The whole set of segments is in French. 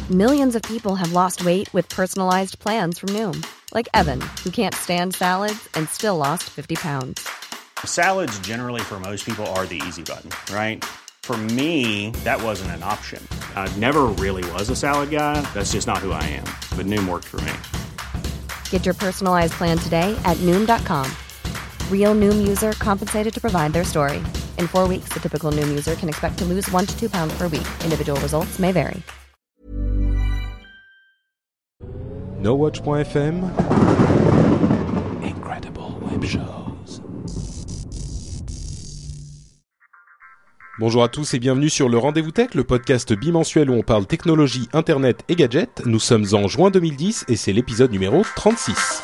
Millions of people have lost weight with personalized plans from Noom. Like Evan, who can't stand salads and still lost 50 pounds. Salads generally for most people are the easy button, right? For me, that wasn't an option. I never really was a salad guy. That's just not who I am. But Noom worked for me. Get your personalized plan today at Noom.com. Real Noom user compensated to provide their story. In 4 weeks, the typical Noom user can expect to lose 1 to 2 pounds per week. Individual results may vary. NoWatch.fm Incredible Web Shows. Bonjour à tous et bienvenue sur le Rendez-vous Tech, le podcast bimensuel où on parle technologie, internet et gadgets. Nous sommes en juin 2010 et c'est l'épisode numéro 36.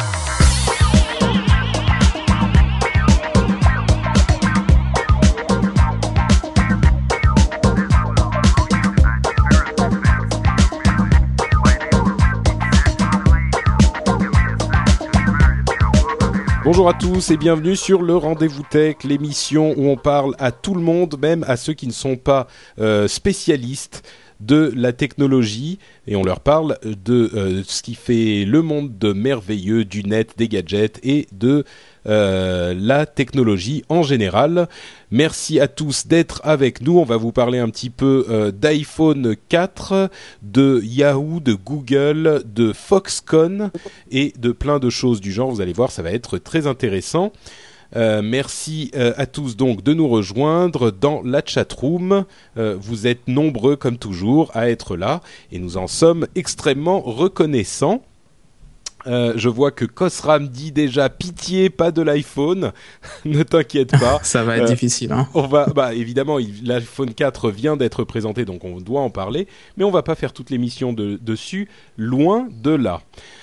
Bonjour à tous et bienvenue sur le Rendez-vous Tech, l'émission où on parle à tout le monde, même à ceux qui ne sont pas spécialistes de la technologie, et on leur parle de ce qui fait le monde de merveilleux, du net, des gadgets et de la technologie en général. Merci à tous d'être avec nous. On va vous parler un petit peu d'iPhone 4, de Yahoo, de Google, de Foxconn et de plein de choses du genre. Vous allez voir, ça va être très intéressant. Merci à tous donc de nous rejoindre dans la chatroom. Vous êtes nombreux comme toujours à être là et nous en sommes extrêmement reconnaissants. Je vois que Kosram dit déjà pitié, pas de l'iPhone. Ne t'inquiète pas. Ça va être difficile, hein. Évidemment, l'iPhone 4 vient d'être présenté, donc on doit en parler. Mais on va pas faire toute l'émission dessus, loin de là.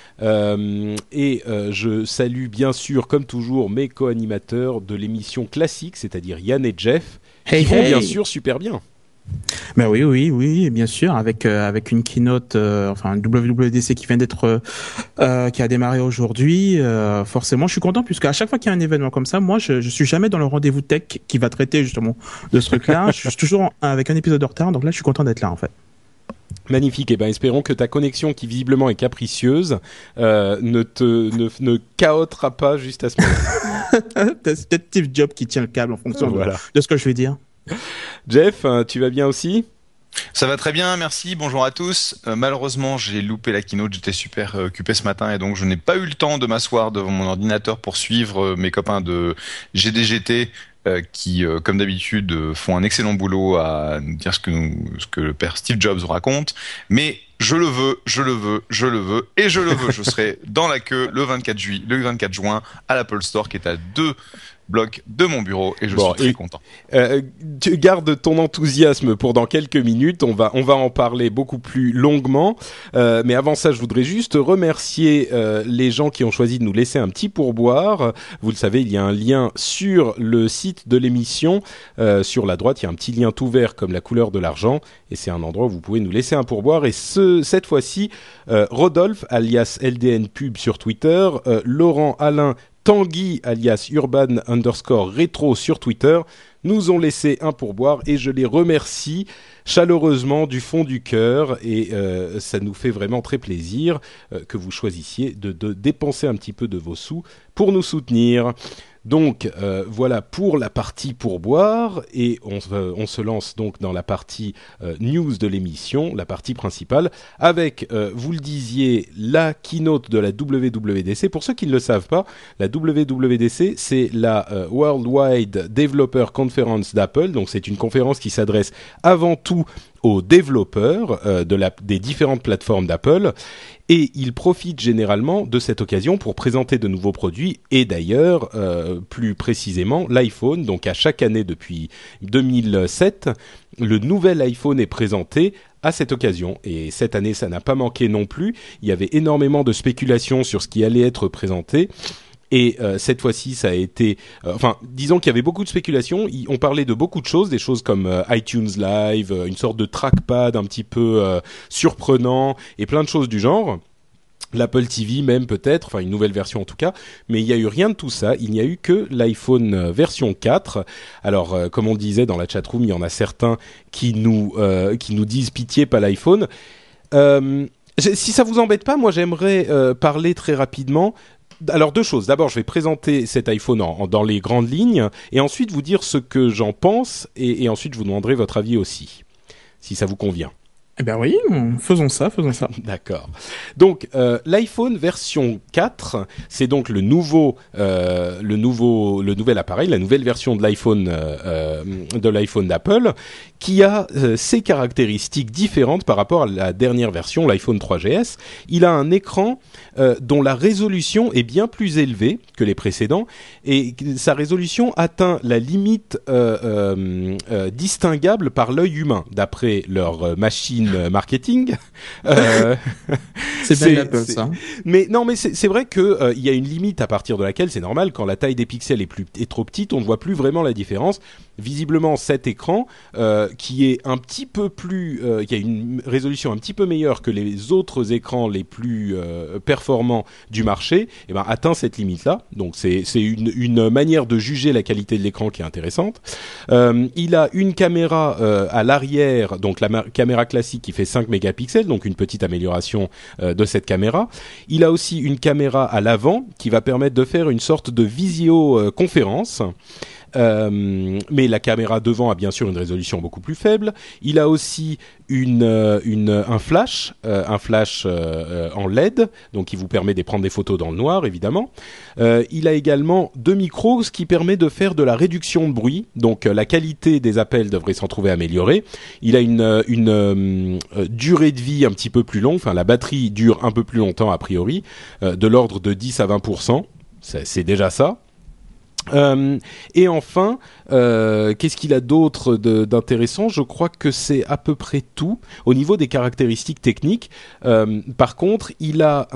Je salue bien sûr, comme toujours, mes co-animateurs de l'émission classique, c'est-à-dire Yann et Jeff, qui vont bien sûr super bien. Ben oui, bien sûr, avec une keynote, une WWDC qui vient d'être, qui a démarré aujourd'hui. Forcément, je suis content puisque à chaque fois qu'il y a un événement comme ça, moi, je suis jamais dans le rendez-vous tech qui va traiter justement de ce truc-là. Je suis toujours avec un épisode de retard, donc là, je suis content d'être là en fait. Magnifique. Et espérons que ta connexion, qui visiblement est capricieuse, ne chaotera pas juste à ce moment-là. C'est peut-être Steve Jobs qui tient le câble en fonction de ce que je vais dire. Jeff, tu vas bien aussi ? Ça va très bien, merci. Bonjour à tous. Malheureusement, j'ai loupé la keynote. J'étais super occupé ce matin et donc je n'ai pas eu le temps de m'asseoir devant mon ordinateur pour suivre mes copains de GDGT qui, comme d'habitude, font un excellent boulot à nous dire ce que le père Steve Jobs raconte. Mais je le veux. Je serai dans la queue le 24 juin à l'Apple Store qui est à 2 bloc de mon bureau et je suis très content. Tu gardes ton enthousiasme pour dans quelques minutes, on va en parler beaucoup plus longuement, mais avant ça je voudrais juste remercier les gens qui ont choisi de nous laisser un petit pourboire. Vous le savez, il y a un lien sur le site de l'émission, sur la droite il y a un petit lien tout vert comme la couleur de l'argent et c'est un endroit où vous pouvez nous laisser un pourboire. Et cette fois-ci, Rodolphe alias LDN Pub sur Twitter, Laurent Alain Tanguy alias Urban_Rétro sur Twitter nous ont laissé un pourboire et je les remercie chaleureusement du fond du cœur et ça nous fait vraiment très plaisir que vous choisissiez de dépenser un petit peu de vos sous pour nous soutenir. Donc voilà pour la partie pourboire et on se lance donc dans la partie news de l'émission, la partie principale avec, vous le disiez, la keynote de la WWDC. Pour ceux qui ne le savent pas, la WWDC c'est la Worldwide Developer Conference d'Apple, donc c'est une conférence qui s'adresse avant tout aux développeurs des différentes plateformes d'Apple et ils profitent généralement de cette occasion pour présenter de nouveaux produits et d'ailleurs plus précisément l'iPhone. Donc à chaque année depuis 2007, le nouvel iPhone est présenté à cette occasion et cette année ça n'a pas manqué non plus. Il y avait énormément de spéculations sur ce qui allait être présenté. Et cette fois-ci, ça a été... disons qu'il y avait beaucoup de spéculations. On parlait de beaucoup de choses, des choses comme iTunes Live, une sorte de trackpad un petit peu surprenant, et plein de choses du genre. L'Apple TV même peut-être, enfin une nouvelle version en tout cas, mais il n'y a eu rien de tout ça, il n'y a eu que l'iPhone version 4. Alors comme on disait dans la chatroom, il y en a certains qui nous disent pitié, pas l'iPhone. Si ça vous embête pas, moi j'aimerais parler très rapidement. Alors deux choses. D'abord, je vais présenter cet iPhone dans les grandes lignes, et ensuite vous dire ce que j'en pense, et ensuite je vous demanderai votre avis aussi, si ça vous convient. Eh ben oui, faisons ça. D'accord. Donc l'iPhone version 4, c'est donc le nouvel appareil, la nouvelle version de l'iPhone d'Apple, qui a ses caractéristiques différentes par rapport à la dernière version, l'iPhone 3GS. Il a un écran dont la résolution est bien plus élevée que les précédents, et sa résolution atteint la limite distinguable par l'œil humain, d'après leur machine marketing. C'est bien Apple, ça. Mais non, mais c'est vrai que il y a une limite à partir de laquelle c'est normal, quand la taille des pixels est trop petite, on ne voit plus vraiment la différence. Visiblement, cet écran qui est un petit peu plus, qui a une résolution un petit peu meilleure que les autres écrans les plus performants du marché, eh ben, atteint cette limite-là. Donc c'est une manière de juger la qualité de l'écran qui est intéressante. Il a une caméra à l'arrière, donc la caméra classique qui fait 5 mégapixels, donc une petite amélioration de cette caméra. Il a aussi une caméra à l'avant qui va permettre de faire une sorte de visioconférence. Mais la caméra devant a bien sûr une résolution beaucoup plus faible. Il a aussi un flash en LED, donc qui vous permet de prendre des photos dans le noir, évidemment. Il a également 2 micros, ce qui permet de faire de la réduction de bruit. Donc la qualité des appels devrait s'en trouver améliorée. Il a une durée de vie un petit peu plus longue. Enfin, la batterie dure un peu plus longtemps a priori, de l'ordre de 10 à 20%. C'est déjà ça. Et enfin, qu'est-ce qu'il a d'autre d'intéressant ? Je crois que c'est à peu près tout au niveau des caractéristiques techniques. Par contre, il a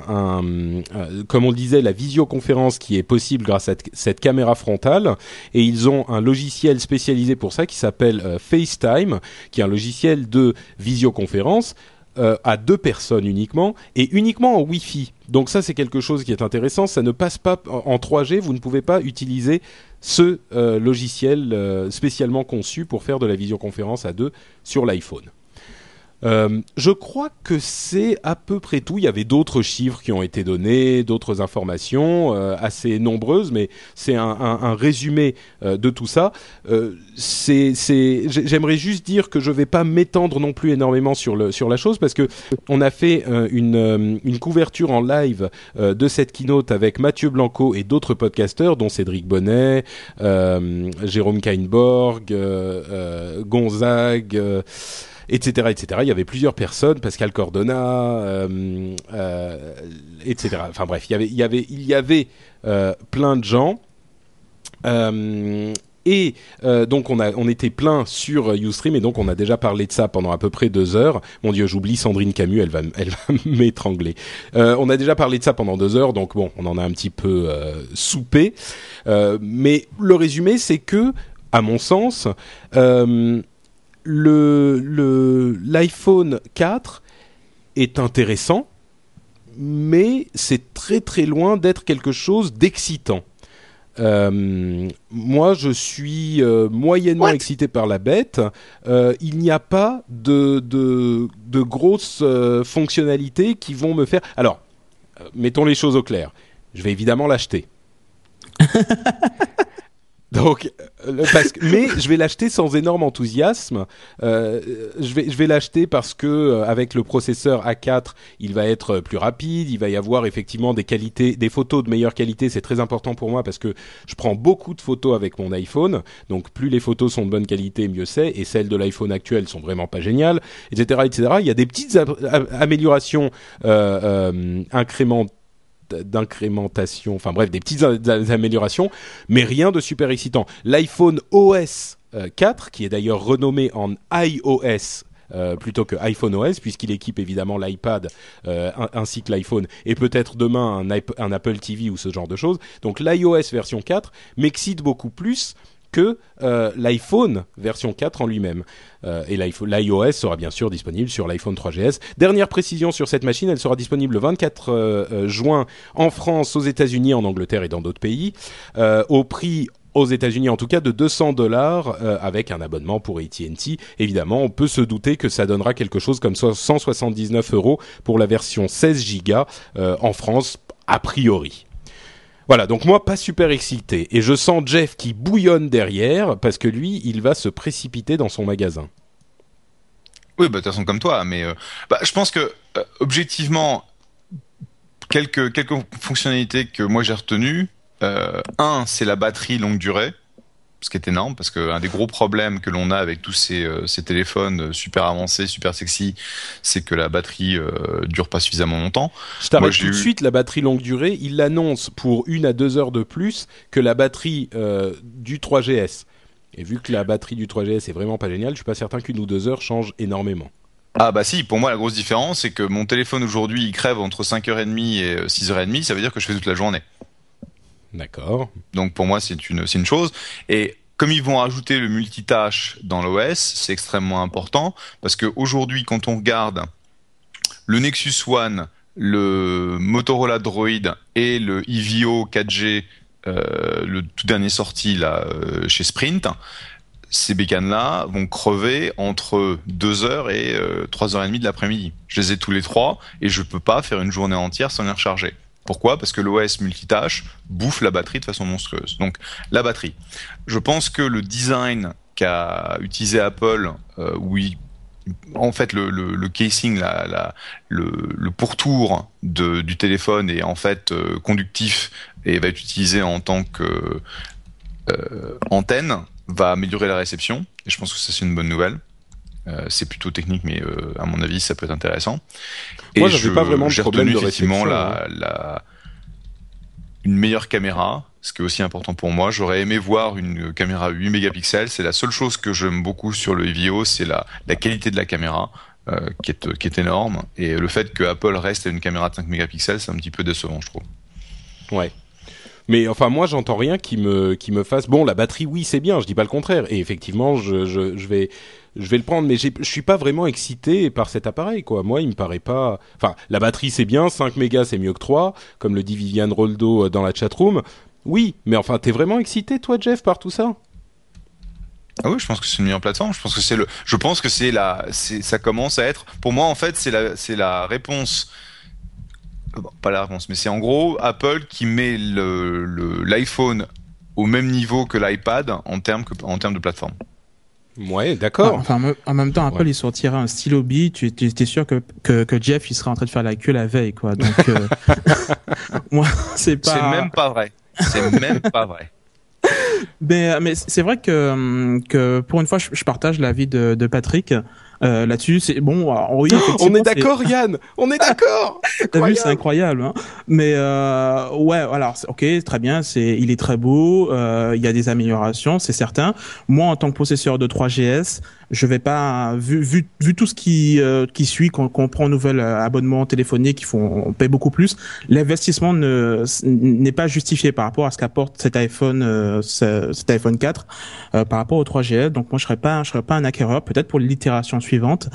comme on le disait, la visioconférence qui est possible grâce à cette caméra frontale, et ils ont un logiciel spécialisé pour ça qui s'appelle FaceTime, qui est un logiciel de visioconférence à 2 personnes uniquement, et uniquement en Wi-Fi. Donc ça, c'est quelque chose qui est intéressant. Ça ne passe pas en 3G. Vous ne pouvez pas utiliser ce logiciel spécialement conçu pour faire de la visioconférence à 2 sur l'iPhone. Je crois que c'est à peu près tout. Il y avait d'autres chiffres qui ont été donnés, d'autres informations assez nombreuses, mais c'est un résumé de tout ça. J'aimerais juste dire que je vais pas m'étendre non plus énormément sur la chose, parce que on a fait une couverture en live de cette keynote avec Mathieu Blanco et d'autres podcasteurs, dont Cédric Bonnet, Jérôme Kainborg, Gonzague, etc. Il y avait plusieurs personnes, Pascal Cordona, etc. Enfin bref, il y avait plein de gens. Donc on était plein sur Ustream, et donc on a déjà parlé de ça pendant à peu près 2 heures. Mon Dieu, j'oublie Sandrine Camus, elle va m'étrangler. On a déjà parlé de ça pendant 2 heures, donc bon, on en a un petit peu soupé. Mais le résumé, c'est que, à mon sens, l'iPhone 4 est intéressant, mais c'est très très loin d'être quelque chose d'excitant. Moi, je suis moyennement excité par la bête. Il n'y a pas de grosses fonctionnalités qui vont me faire... Alors, mettons les choses au clair. Je vais évidemment l'acheter. Donc, mais je vais l'acheter sans énorme enthousiasme. Je vais l'acheter parce que avec le processeur A4, il va être plus rapide. Il va y avoir effectivement des photos de meilleure qualité. C'est très important pour moi parce que je prends beaucoup de photos avec mon iPhone. Donc, plus les photos sont de bonne qualité, mieux c'est. Et celles de l'iPhone actuel sont vraiment pas géniales, etc., etc. Il y a des petites améliorations d'incrémentation, enfin bref, des petites améliorations, mais rien de super excitant. L'iPhone OS 4, qui est d'ailleurs renommé en iOS plutôt que iPhone OS, puisqu'il équipe évidemment l'iPad ainsi que l'iPhone, et peut-être demain un Apple TV ou ce genre de choses. Donc l'iOS version 4 m'excite beaucoup plus que l'iPhone version 4 en lui-même. Et l'iOS sera bien sûr disponible sur l'iPhone 3GS. Dernière précision sur cette machine, elle sera disponible le 24 juin en France, aux États-Unis, en Angleterre et dans d'autres pays, au prix aux États-Unis en tout cas de $200 avec un abonnement pour AT&T. Évidemment, on peut se douter que ça donnera quelque chose comme 179 € pour la version 16 Go en France, a priori. Voilà, donc moi pas super excité et je sens Jeff qui bouillonne derrière parce que lui, il va se précipiter dans son magasin. Oui, bah de toute façon comme toi, mais je pense que objectivement quelques fonctionnalités que moi j'ai retenues. C'est la batterie longue durée, ce qui est énorme parce que un des gros problèmes que l'on a avec tous ces téléphones super avancés, super sexy, c'est que la batterie dure pas suffisamment longtemps. Je t'arrête tout de suite, la batterie longue durée, il l'annonce pour 1 à 2 heures de plus que la batterie du 3GS. Et vu que la batterie du 3GS est vraiment pas géniale, je suis pas certain qu'1 ou 2 heures change énormément. Ah bah si, pour moi la grosse différence c'est que mon téléphone aujourd'hui il crève entre 5h30 et 6h30, ça veut dire que je fais toute la journée. D'accord. Donc pour moi c'est une chose. Et comme ils vont ajouter le multitâche dans l'OS, c'est extrêmement important parce que aujourd'hui quand on regarde le Nexus One, le Motorola Droid et le Ivio 4G, le tout dernier sorti là chez Sprint, ces bécanes-là vont crever entre 2h et 3h30 de l'après-midi. Je les ai tous les trois et je peux pas faire une journée entière sans les recharger. Pourquoi ? Parce que l'OS multitâche bouffe la batterie de façon monstrueuse. Donc, la batterie. Je pense que le design qu'a utilisé Apple, en fait, le casing, le pourtour du téléphone est en fait conductif et va être utilisé en tant que antenne, va améliorer la réception. Et je pense que ça, c'est une bonne nouvelle. C'est plutôt technique, mais à mon avis, ça peut être intéressant. Moi, j'avais pas vraiment de problème de effectivement réception. Une meilleure caméra, ce qui est aussi important pour moi. J'aurais aimé voir une caméra 8 mégapixels. C'est la seule chose que j'aime beaucoup sur le Ivio, c'est la qualité de la caméra, qui est énorme. Et le fait que Apple reste à une caméra de 5 mégapixels, c'est un petit peu décevant, je trouve. Ouais. Mais enfin, moi, j'entends rien qui me fasse. Bon, la batterie, oui, c'est bien. Je dis pas le contraire. Et effectivement, je vais le prendre. Mais je suis pas vraiment excité par cet appareil, quoi. Moi, il me paraît pas. Enfin, la batterie, c'est bien. 5 mégas, c'est mieux que 3, comme le dit Viviane Roldo dans la chatroom. Oui, mais enfin, t'es vraiment excité, toi, Jeff, par tout ça ? Ah oui, je pense que c'est une meilleure plateforme. Je pense que ça commence à être. Pour moi, en fait, c'est la réponse. Bon, pas la réponse, mais c'est en gros Apple qui met l'iPhone au même niveau que l'iPad en termes de plateforme. Ouais, d'accord. Enfin, en même temps, Apple, il sortira un stylo B. Tu étais sûr que Jeff, il serait en train de faire la queue la veille, quoi. Donc, moi, c'est pas. C'est même pas vrai. C'est même pas vrai. Mais c'est vrai que pour une fois, je partage l'avis de Patrick. Là-dessus, c'est bon. Oui, on est d'accord, Yann. On est d'accord. T'as vu, c'est incroyable. Hein, mais ouais, alors ok, très bien. Il est très beau. Il y a des améliorations, c'est certain. Moi, en tant que possesseur de 3GS, je vais pas vu tout ce qui suit qu'on prend un nouvel abonnement téléphonique, on paye beaucoup plus. L'investissement n'est pas justifié par rapport à ce qu'apporte cet iPhone 4 par rapport au 3GS. Donc moi, je serais pas un acquéreur. Peut-être pour l'itération suivante.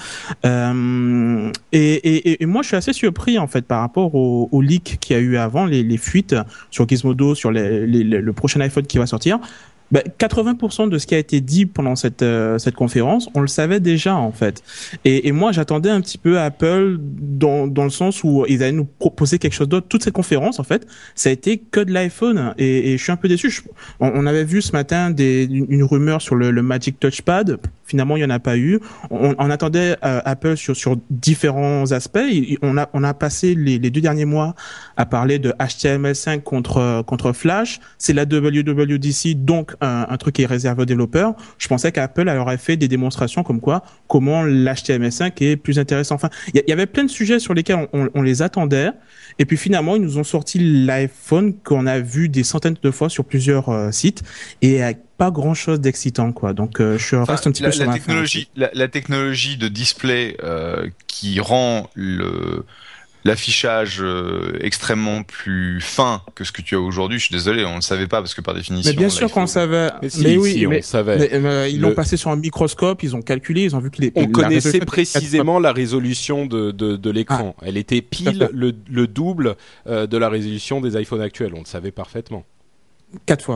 Et moi, je suis assez surpris en fait par rapport au leak qu'il y a eu avant, les fuites sur Gizmodo, sur le prochain iPhone qui va sortir. 80% de ce qui a été dit pendant cette conférence, on le savait déjà en fait. Et moi, j'attendais un petit peu Apple dans le sens où ils allaient nous proposer quelque chose d'autre. Toute cette conférence, en fait, ça a été que de l'iPhone. Et je suis un peu déçu. On avait vu ce matin une rumeur sur le Magic Touchpad. Finalement, il y en a pas eu. On attendait Apple sur différents aspects. On a passé les 2 derniers mois à parler de HTML5 contre Flash. C'est la WWDC, donc un truc qui est réservé aux développeurs. Je pensais qu'Apple aurait fait des démonstrations comment l'HTML5 est plus intéressant. Enfin, il y avait plein de sujets sur lesquels on les attendait. Et puis finalement, ils nous ont sorti l'iPhone qu'on a vu des centaines de fois sur plusieurs sites et avec pas grand chose d'excitant, quoi. Donc je reste un petit peu sur la technologie. La technologie de display qui rend l'affichage extrêmement plus fin que ce que tu as aujourd'hui. Je suis désolé, on le savait pas parce que par définition. Mais bien sûr qu'on savait. Mais oui, on savait. Mais ils l'ont passé sur un microscope, ils ont calculé, ils ont vu on connaissait précisément la résolution de l'écran. Elle était pile le double de la résolution des iPhones actuels. On le savait parfaitement. 4 fois.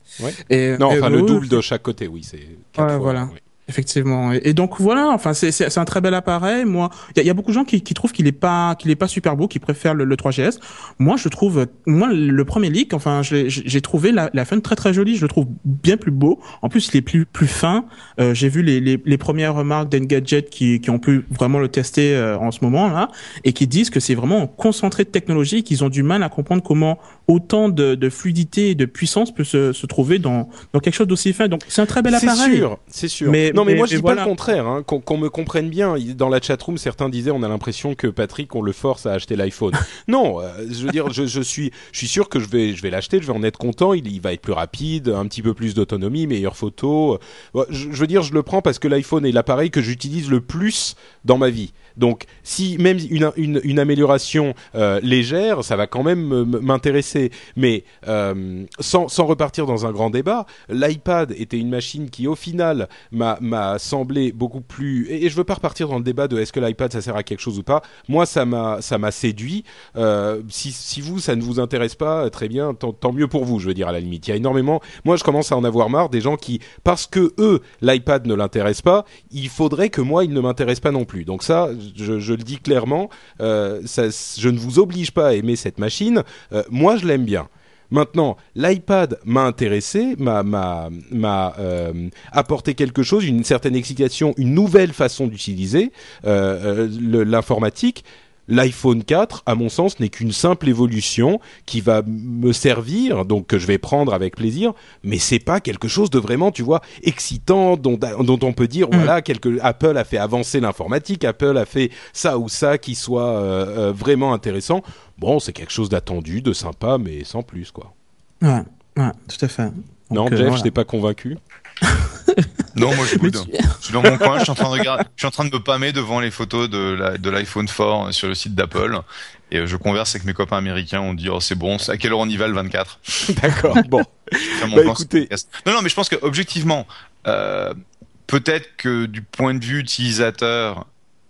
Ouais. Et, non, enfin le oui, double de chaque côté, oui, c'est 4 fois. voilà. Oui. Effectivement. Et donc voilà, enfin c'est un très bel appareil. Moi, il y a beaucoup de gens qui trouvent qu'il est pas super beau, qui préfèrent le 3GS. Moi, je trouve le premier leak, enfin j'ai trouvé l'iPhone très très joli, je le trouve bien plus beau. En plus, il est plus fin. J'ai vu les premières remarques d'Engadget qui ont pu vraiment le tester en ce moment là et qui disent que c'est vraiment concentré de technologie, qu'ils ont du mal à comprendre comment autant de fluidité et de puissance peut se trouver dans quelque chose d'aussi fin. Donc c'est un très bel appareil. C'est sûr. Non, mais moi je dis pas le contraire, hein, qu'on me comprenne bien. Dans la chatroom, certains disaient on a l'impression que Patrick, on le force à acheter l'iPhone. Non, je veux dire, je suis sûr que je vais l'acheter, je vais en être content. Il va être plus rapide, un petit peu plus d'autonomie, meilleure photo. Je veux dire, je le prends parce que l'iPhone est l'appareil que j'utilise le plus dans ma vie. Donc, si même une amélioration légère, ça va quand même m'intéresser. Mais sans repartir dans un grand débat, l'iPad était une machine qui, au final, m'a semblé beaucoup plus. Et je veux pas repartir dans le débat de est-ce que l'iPad ça sert à quelque chose ou pas. Moi, ça m'a séduit. Si vous ça ne vous intéresse pas, très bien, tant mieux pour vous. Je veux dire à la limite, il y a énormément. Moi, je commence à en avoir marre des gens qui, parce que eux, l'iPad ne l'intéresse pas, il faudrait que moi, il ne m'intéresse pas non plus. Donc ça. Je le dis clairement, je ne vous oblige pas à aimer cette machine. Moi, je l'aime bien. Maintenant, l'iPad m'a intéressé, m'a apporté quelque chose, une certaine excitation, une nouvelle façon d'utiliser l'informatique. L'iPhone 4, à mon sens, n'est qu'une simple évolution qui va me servir, donc que je vais prendre avec plaisir, mais c'est pas quelque chose de vraiment, tu vois, excitant, dont on peut dire, voilà, Apple a fait avancer l'informatique, Apple a fait ça ou ça qui soit vraiment intéressant. Bon, c'est quelque chose d'attendu, de sympa, mais sans plus, quoi. Ouais, tout à fait. Donc, non, Jeff, je t'ai pas convaincu. Non, moi je boude. Je suis dans mon coin, je suis en train de me pâmer devant les photos de l'iPhone 4 sur le site d'Apple. Et je converse avec mes copains américains, on dit, oh c'est bon, à quelle heure on y va le 24? D'accord, bon. Écoutez. Non, mais je pense que objectivement, peut-être que du point de vue utilisateur,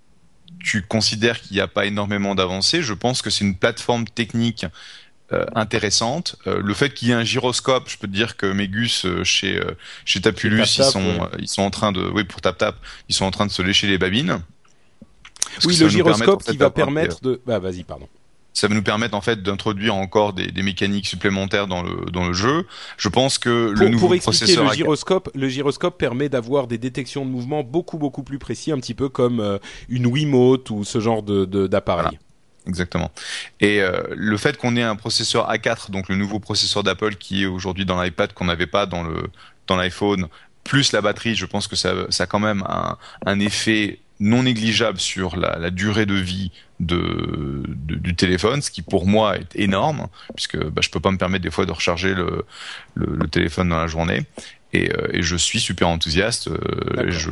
tu considères qu'il n'y a pas énormément d'avancées. Je pense que c'est une plateforme technique intéressante. Le fait qu'il y ait un gyroscope, je peux te dire que mes gus chez Tapulus, ils sont en train de, oui, pour TapTap, ils sont en train de se lécher les babines. Oui, le gyroscope qui va permettre de. Bah, vas-y, pardon. Ça va nous permettre en fait d'introduire encore des mécaniques supplémentaires dans le jeu. Je pense que le nouveau processeur le gyroscope permet d'avoir des détections de mouvement beaucoup plus précis, un petit peu comme une Wiimote ou ce genre d'appareil. Voilà. Exactement. Et le fait qu'on ait un processeur A4, donc le nouveau processeur d'Apple qui est aujourd'hui dans l'iPad qu'on n'avait pas dans l'iPhone, plus la batterie, je pense que ça a quand même un effet non négligeable sur la durée de vie du téléphone, ce qui pour moi est énorme, puisque je peux pas me permettre des fois de recharger le téléphone dans la journée. Et je suis super enthousiaste. Je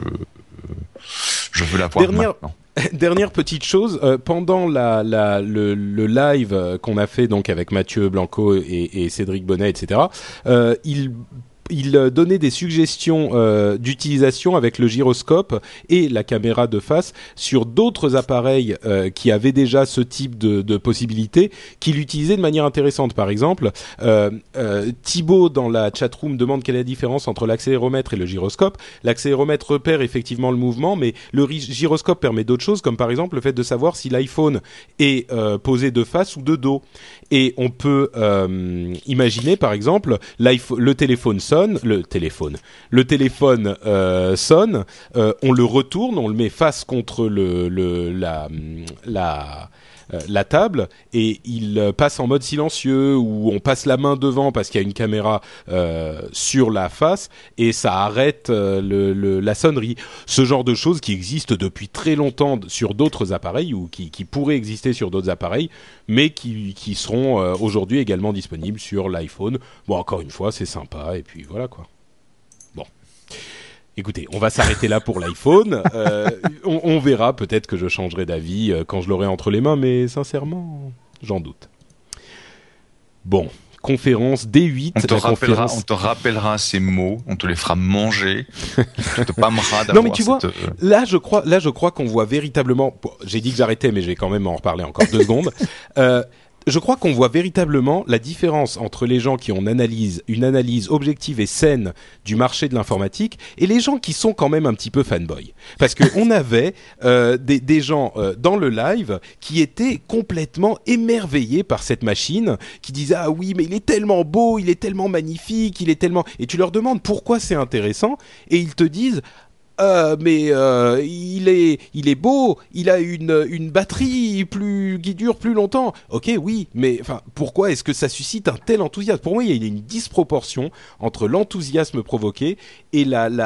veux l'avoir maintenant. Dernière petite chose, pendant le live qu'on a fait donc avec Mathieu Blanco et Cédric Bonnet, etc., il donnait des suggestions d'utilisation avec le gyroscope et la caméra de face sur d'autres appareils qui avaient déjà ce type de possibilités, qu'il utilisait de manière intéressante. Par exemple, Thibaut dans la chatroom demande quelle est la différence entre l'accéléromètre et le gyroscope. L'accéléromètre repère effectivement le mouvement, mais le gyroscope permet d'autres choses, comme par exemple le fait de savoir si l'iPhone est posé de face ou de dos. Et on peut imaginer par exemple le téléphone sonne, on le retourne, on le met face contre la table et il passe en mode silencieux, ou on passe la main devant parce qu'il y a une caméra sur la face et ça arrête la sonnerie. Ce genre de choses qui existent depuis très longtemps sur d'autres appareils, ou qui pourraient exister sur d'autres appareils, mais qui seront aujourd'hui également disponibles sur l'iPhone. Bon, encore une fois, c'est sympa et puis voilà quoi. Bon. Écoutez, on va s'arrêter là pour l'iPhone. On verra, peut-être que je changerai d'avis quand je l'aurai entre les mains, mais sincèrement, j'en doute. Bon, conférence D8. On te rappellera ces mots, on te les fera manger. On te pâmera d'avoir. Non mais tu vois, là je crois qu'on voit véritablement. Bon, j'ai dit que j'arrêtais, mais je vais quand même en reparler encore 2 secondes. je crois qu'on voit véritablement la différence entre les gens qui ont une analyse objective et saine du marché de l'informatique et les gens qui sont quand même un petit peu fanboy. Parce que on avait des gens dans le live qui étaient complètement émerveillés par cette machine, qui disaient ah oui mais il est tellement beau, il est tellement magnifique, il est tellement, et tu leur demandes pourquoi c'est intéressant et ils te disent il est beau, il a une batterie qui dure plus longtemps. Ok, oui, mais enfin, pourquoi est-ce que ça suscite un tel enthousiasme ? Pour moi, il y a une disproportion entre l'enthousiasme provoqué et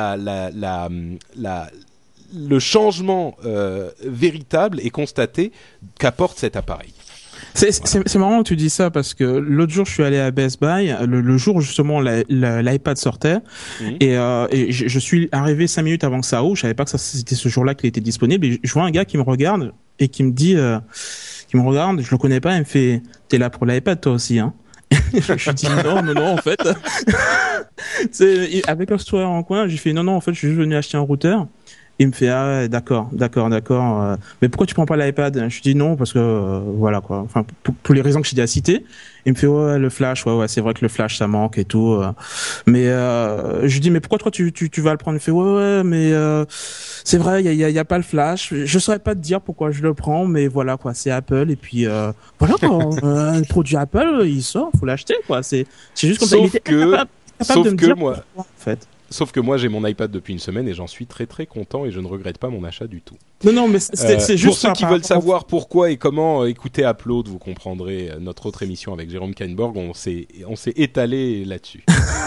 le changement véritable et constaté qu'apporte cet appareil. C'est marrant que tu dis ça parce que l'autre jour je suis allé à Best Buy le jour où justement l'iPad sortait et je suis arrivé 5 minutes avant que ça ouvre. Je savais pas que c'était ce jour-là qu'il était disponible et je vois un gars qui me regarde et qui me dit qui me regarde, je le connais pas, il me fait t'es là pour l'iPad toi aussi hein. Je dis non en fait. C'est avec un sourire en coin, j'ai fait non en fait je suis juste venu acheter un routeur. Il me fait ah ouais, d'accord. Mais pourquoi tu prends pas l'iPad ? Je dis non parce que voilà quoi. Enfin pour les raisons que j'ai déjà citées. Il me fait ouais le flash ouais c'est vrai que le flash ça manque et tout. Mais je dis mais pourquoi toi tu vas le prendre ? Il me fait ouais mais c'est vrai il y a pas le flash. Je saurais pas te dire pourquoi je le prends mais voilà quoi c'est Apple et puis voilà quoi. Un produit Apple il sort faut l'acheter quoi. C'est juste comme ça. Il était capable de me dire pourquoi, en fait. Sauf que moi, j'ai mon iPad depuis une semaine et j'en suis très très content et je ne regrette pas mon achat du tout. Non, mais c'est juste pour ceux qui veulent savoir pourquoi et comment écouter Upload, vous comprendrez notre autre émission avec Jérôme Kainborg. On s'est étalé là-dessus.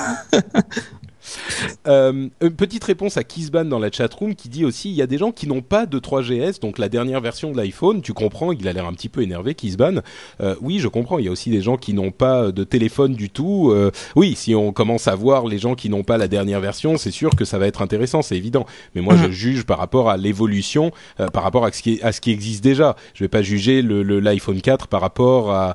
Une petite réponse à Kizban dans la chatroom qui dit aussi il y a des gens qui n'ont pas de 3GS, donc la dernière version de l'iPhone. Tu comprends, il a l'air un petit peu énervé Kizban. Oui, je comprends, il y a aussi des gens qui n'ont pas de téléphone du tout. Oui, si on commence à voir les gens qui n'ont pas la dernière version, c'est sûr que ça va être intéressant, c'est évident. Mais moi je juge par rapport à l'évolution, par rapport à ce qui existe déjà. Je vais pas juger l'iPhone 4 par rapport à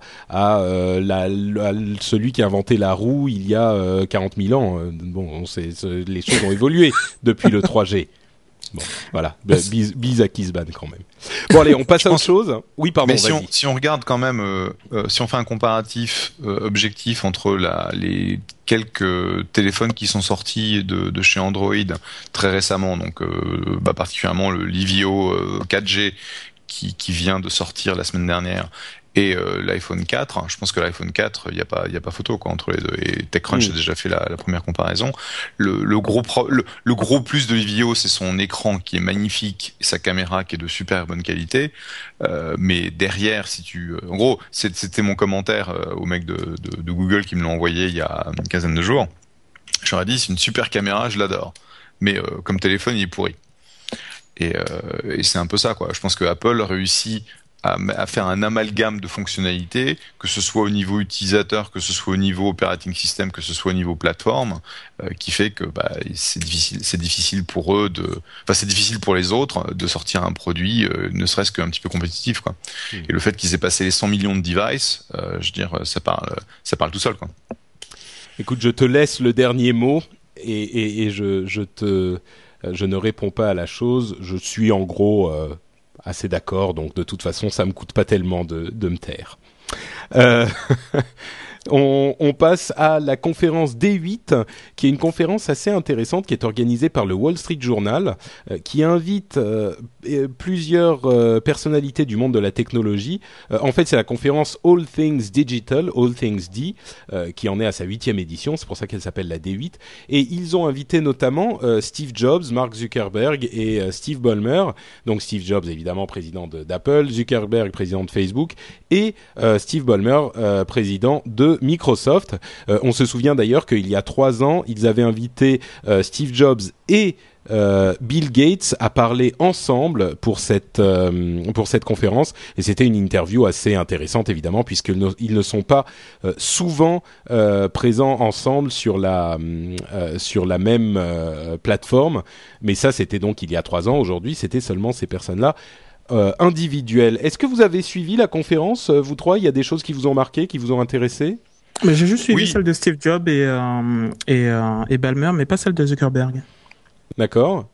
celui qui a inventé la roue il y a 40 000 ans. Bon, les choses ont évolué depuis le 3G. Bon, voilà. Bise à Kizban quand même. Bon, allez, on passe à autre chose. Oui, pardon, mais vas-y. Si on regarde quand même, si on fait un comparatif objectif entre les quelques téléphones qui sont sortis de chez Android très récemment, donc particulièrement le Livio 4G qui vient de sortir la semaine dernière, et l'iPhone 4, je pense que l'iPhone 4, il y a pas photo quoi entre les deux. Et TechCrunch a déjà fait la première comparaison. Le gros plus de Livio, c'est son écran qui est magnifique, et sa caméra qui est de super bonne qualité. Mais derrière, en gros, c'était mon commentaire au mec de Google qui me l'a envoyé il y a une quinzaine de jours. J'aurais dit c'est une super caméra, je l'adore. Mais comme téléphone, il est pourri. Et c'est un peu ça quoi. Je pense que Apple réussit à faire un amalgame de fonctionnalités, que ce soit au niveau utilisateur, que ce soit au niveau operating system, que ce soit au niveau plateforme, qui fait que c'est difficile pour eux c'est difficile pour les autres de sortir un produit ne serait-ce qu'un petit peu compétitif quoi. Et le fait qu'ils aient passé les 100 millions de devices, je veux dire, ça parle tout seul quoi. Écoute, je te laisse le dernier mot et je ne réponds pas à la chose. Je suis en gros assez d'accord, donc de toute façon, ça me coûte pas tellement de me taire. On passe à la conférence D8, qui est une conférence assez intéressante, qui est organisée par le Wall Street Journal, qui invite plusieurs personnalités du monde de la technologie. En fait, c'est la conférence All Things Digital, All Things D, qui en est à sa 8e édition, c'est pour ça qu'elle s'appelle la D8. Et ils ont invité notamment Steve Jobs, Mark Zuckerberg et Steve Ballmer. Donc Steve Jobs, évidemment, président d'Apple, Zuckerberg, président de Facebook, et Steve Ballmer, président de Microsoft. On se souvient d'ailleurs qu'il y a 3 ans, ils avaient invité Steve Jobs et Bill Gates à parler ensemble pour cette conférence, et c'était une interview assez intéressante évidemment, puisqu'ils ne sont pas souvent présents ensemble sur la même plateforme, mais ça c'était donc il y a 3 ans. Aujourd'hui c'était seulement ces personnes-là individuelles. Est-ce que vous avez suivi la conférence, vous trois? Il y a des choses qui vous ont marqué, qui vous ont intéressé? Mais j'ai juste suivi celle de Steve Jobs et Ballmer, mais pas celle de Zuckerberg. D'accord.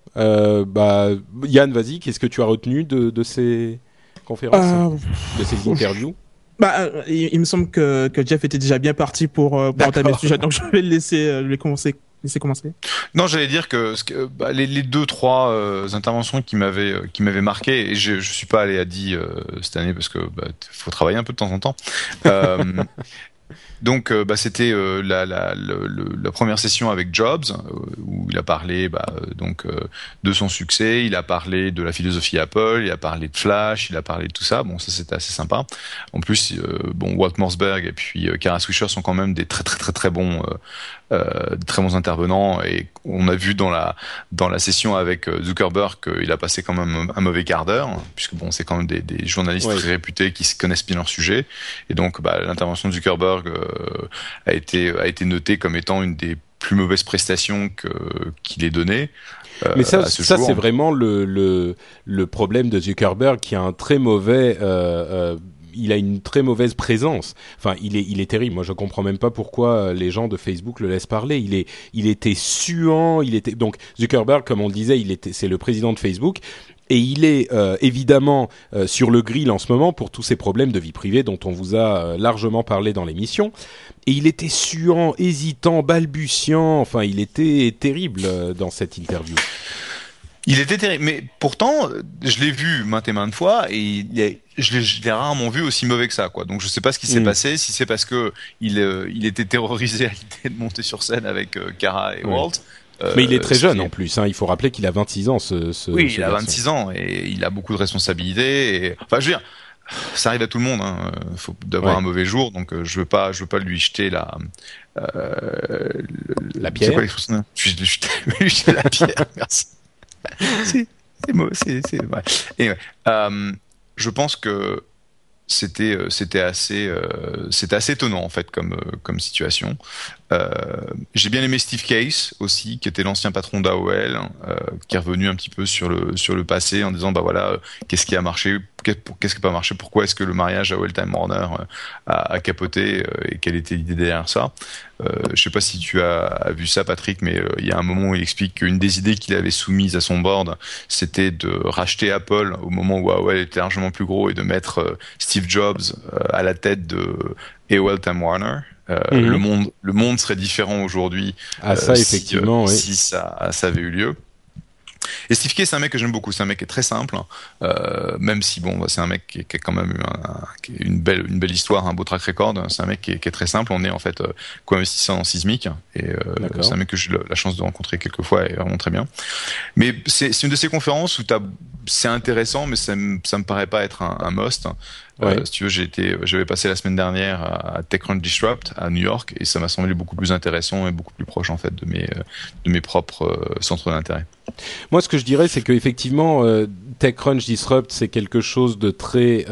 Yann, vas-y, qu'est-ce que tu as retenu de ces conférences, de ces interviews? Il me semble que Jeff était déjà bien parti pour entamer le sujet, donc je vais le laisser commencer. Non, j'allais dire que les 2-3 interventions qui m'avaient marqué, et je suis pas allé à 10 cette année parce que faut travailler un peu de temps en temps. Donc, c'était la première session avec Jobs où il a parlé de son succès, il a parlé de la philosophie Apple, il a parlé de Flash, il a parlé de tout ça. Bon, ça c'était assez sympa. En plus, Walt Mossberg et puis Kara Swisher sont quand même des très bons intervenants, et on a vu dans la session avec Zuckerberg qu'il a passé quand même un mauvais quart d'heure, puisque c'est quand même des journalistes très réputés qui se connaissent bien leur sujet, et donc l'intervention de Zuckerberg a été notée comme étant une des plus mauvaises prestations qu'il ait données. Mais ça c'est vraiment le problème de Zuckerberg, qui a un très mauvais il a une très mauvaise présence. Enfin, il est terrible. Moi, je comprends même pas pourquoi les gens de Facebook le laissent parler. Il était suant. Donc Zuckerberg, comme on le disait, c'est le président de Facebook. Et il est évidemment sur le grill en ce moment pour tous ces problèmes de vie privée dont on vous a largement parlé dans l'émission. Et il était suant, hésitant, balbutiant. Enfin, il était terrible dans cette interview. Il était terrible, mais pourtant, je l'ai vu maintes et maintes fois, et je l'ai rarement vu aussi mauvais que ça, quoi. Donc je sais pas ce qui s'est passé, si c'est parce que il était terrorisé à l'idée de monter sur scène avec Kara et Walt. Mais il est très jeune en plus, hein. Il faut rappeler qu'il a 26 ans. Oui, il a 26 ans et il a beaucoup de responsabilités. Et... Enfin, je veux dire, ça arrive à tout le monde. Hein. Faut d'avoir un mauvais jour, donc je veux pas lui jeter la pierre. C'est quoi l'expression ? Je vais lui jeter la pierre. Merci. C'est ouais. Et je pense que c'était assez étonnant en fait comme situation. J'ai bien aimé Steve Case aussi, qui était l'ancien patron d'AOL, qui est revenu un petit peu sur le passé en disant qu'est-ce qui a marché, qu'est-ce qui n'a pas marché, pourquoi est-ce que le mariage AOL Time Warner a capoté, et quelle était l'idée derrière ça. Je sais pas si tu as vu ça, Patrick, mais il y a un moment où il explique qu'une des idées qu'il avait soumises à son board, c'était de racheter Apple au moment où AOL était largement plus gros, et de mettre Steve Jobs à la tête de AOL Time Warner. Le monde serait différent aujourd'hui si ça avait eu lieu. Et Steve Kay, c'est un mec que j'aime beaucoup. C'est un mec qui est très simple, même si c'est un mec qui a quand même eu une belle histoire, un beau track record. C'est un mec qui est très simple. On est en fait co-investisseur en Sismic, et c'est un mec que j'ai eu la chance de rencontrer quelques fois, et vraiment très bien. Mais c'est une de ces conférences où c'est intéressant, mais ça me paraît pas être un must. Si tu veux, j'avais passé la semaine dernière à TechCrunch Disrupt à New York, et ça m'a semblé beaucoup plus intéressant et beaucoup plus proche en fait de mes propres centres d'intérêt. Moi, ce que je dirais, c'est que effectivement, TechCrunch Disrupt, c'est quelque chose de très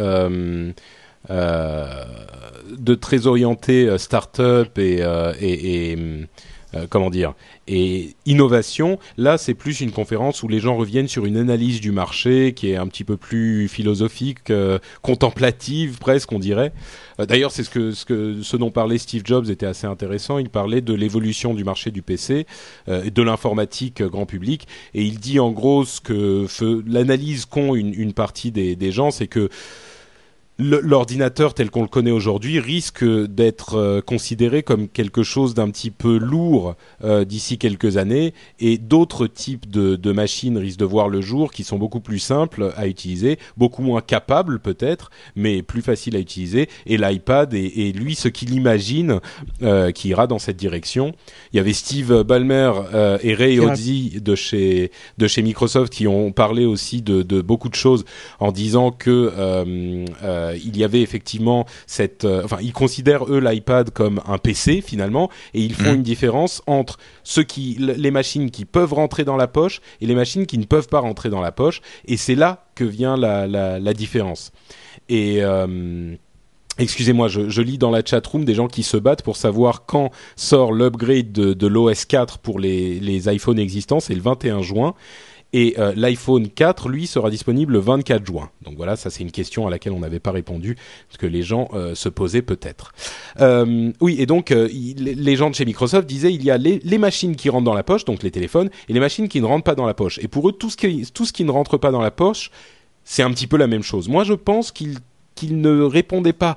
orienté start-up et comment dire, et innovation. Là, c'est plus une conférence où les gens reviennent sur une analyse du marché qui est un petit peu plus philosophique, contemplative presque, on dirait. D'ailleurs, c'est ce dont parlait Steve Jobs était assez intéressant. Il parlait de l'évolution du marché du PC et de l'informatique grand public, et il dit en gros l'analyse qu'ont une partie des gens, c'est que l'ordinateur tel qu'on le connaît aujourd'hui risque d'être considéré comme quelque chose d'un petit peu lourd d'ici quelques années, et d'autres types de machines risquent de voir le jour qui sont beaucoup plus simples à utiliser, beaucoup moins capables peut-être, mais plus faciles à utiliser, et l'iPad est lui ce qu'il imagine qui ira dans cette direction. Il y avait Steve Ballmer et Ray Ozzi de chez Microsoft qui ont parlé aussi de beaucoup de choses, en disant que il y avait effectivement ils considèrent eux l'iPad comme un PC finalement, et ils font une différence entre les machines qui peuvent rentrer dans la poche et les machines qui ne peuvent pas rentrer dans la poche, et c'est là que vient la différence. Et excusez-moi, je lis dans la chatroom des gens qui se battent pour savoir quand sort l'upgrade de l'OS 4 pour les iPhones existants. C'est le 21 juin. Et l'iPhone 4, lui, sera disponible le 24 juin. Donc voilà, ça c'est une question à laquelle on n'avait pas répondu, parce que les gens se posaient peut-être. Oui, et donc les gens de chez Microsoft disaient il y a les machines qui rentrent dans la poche, donc les téléphones, et les machines qui ne rentrent pas dans la poche. Et pour eux, tout ce qui ne rentre pas dans la poche, c'est un petit peu la même chose. Moi, je pense qu'ils ne répondaient pas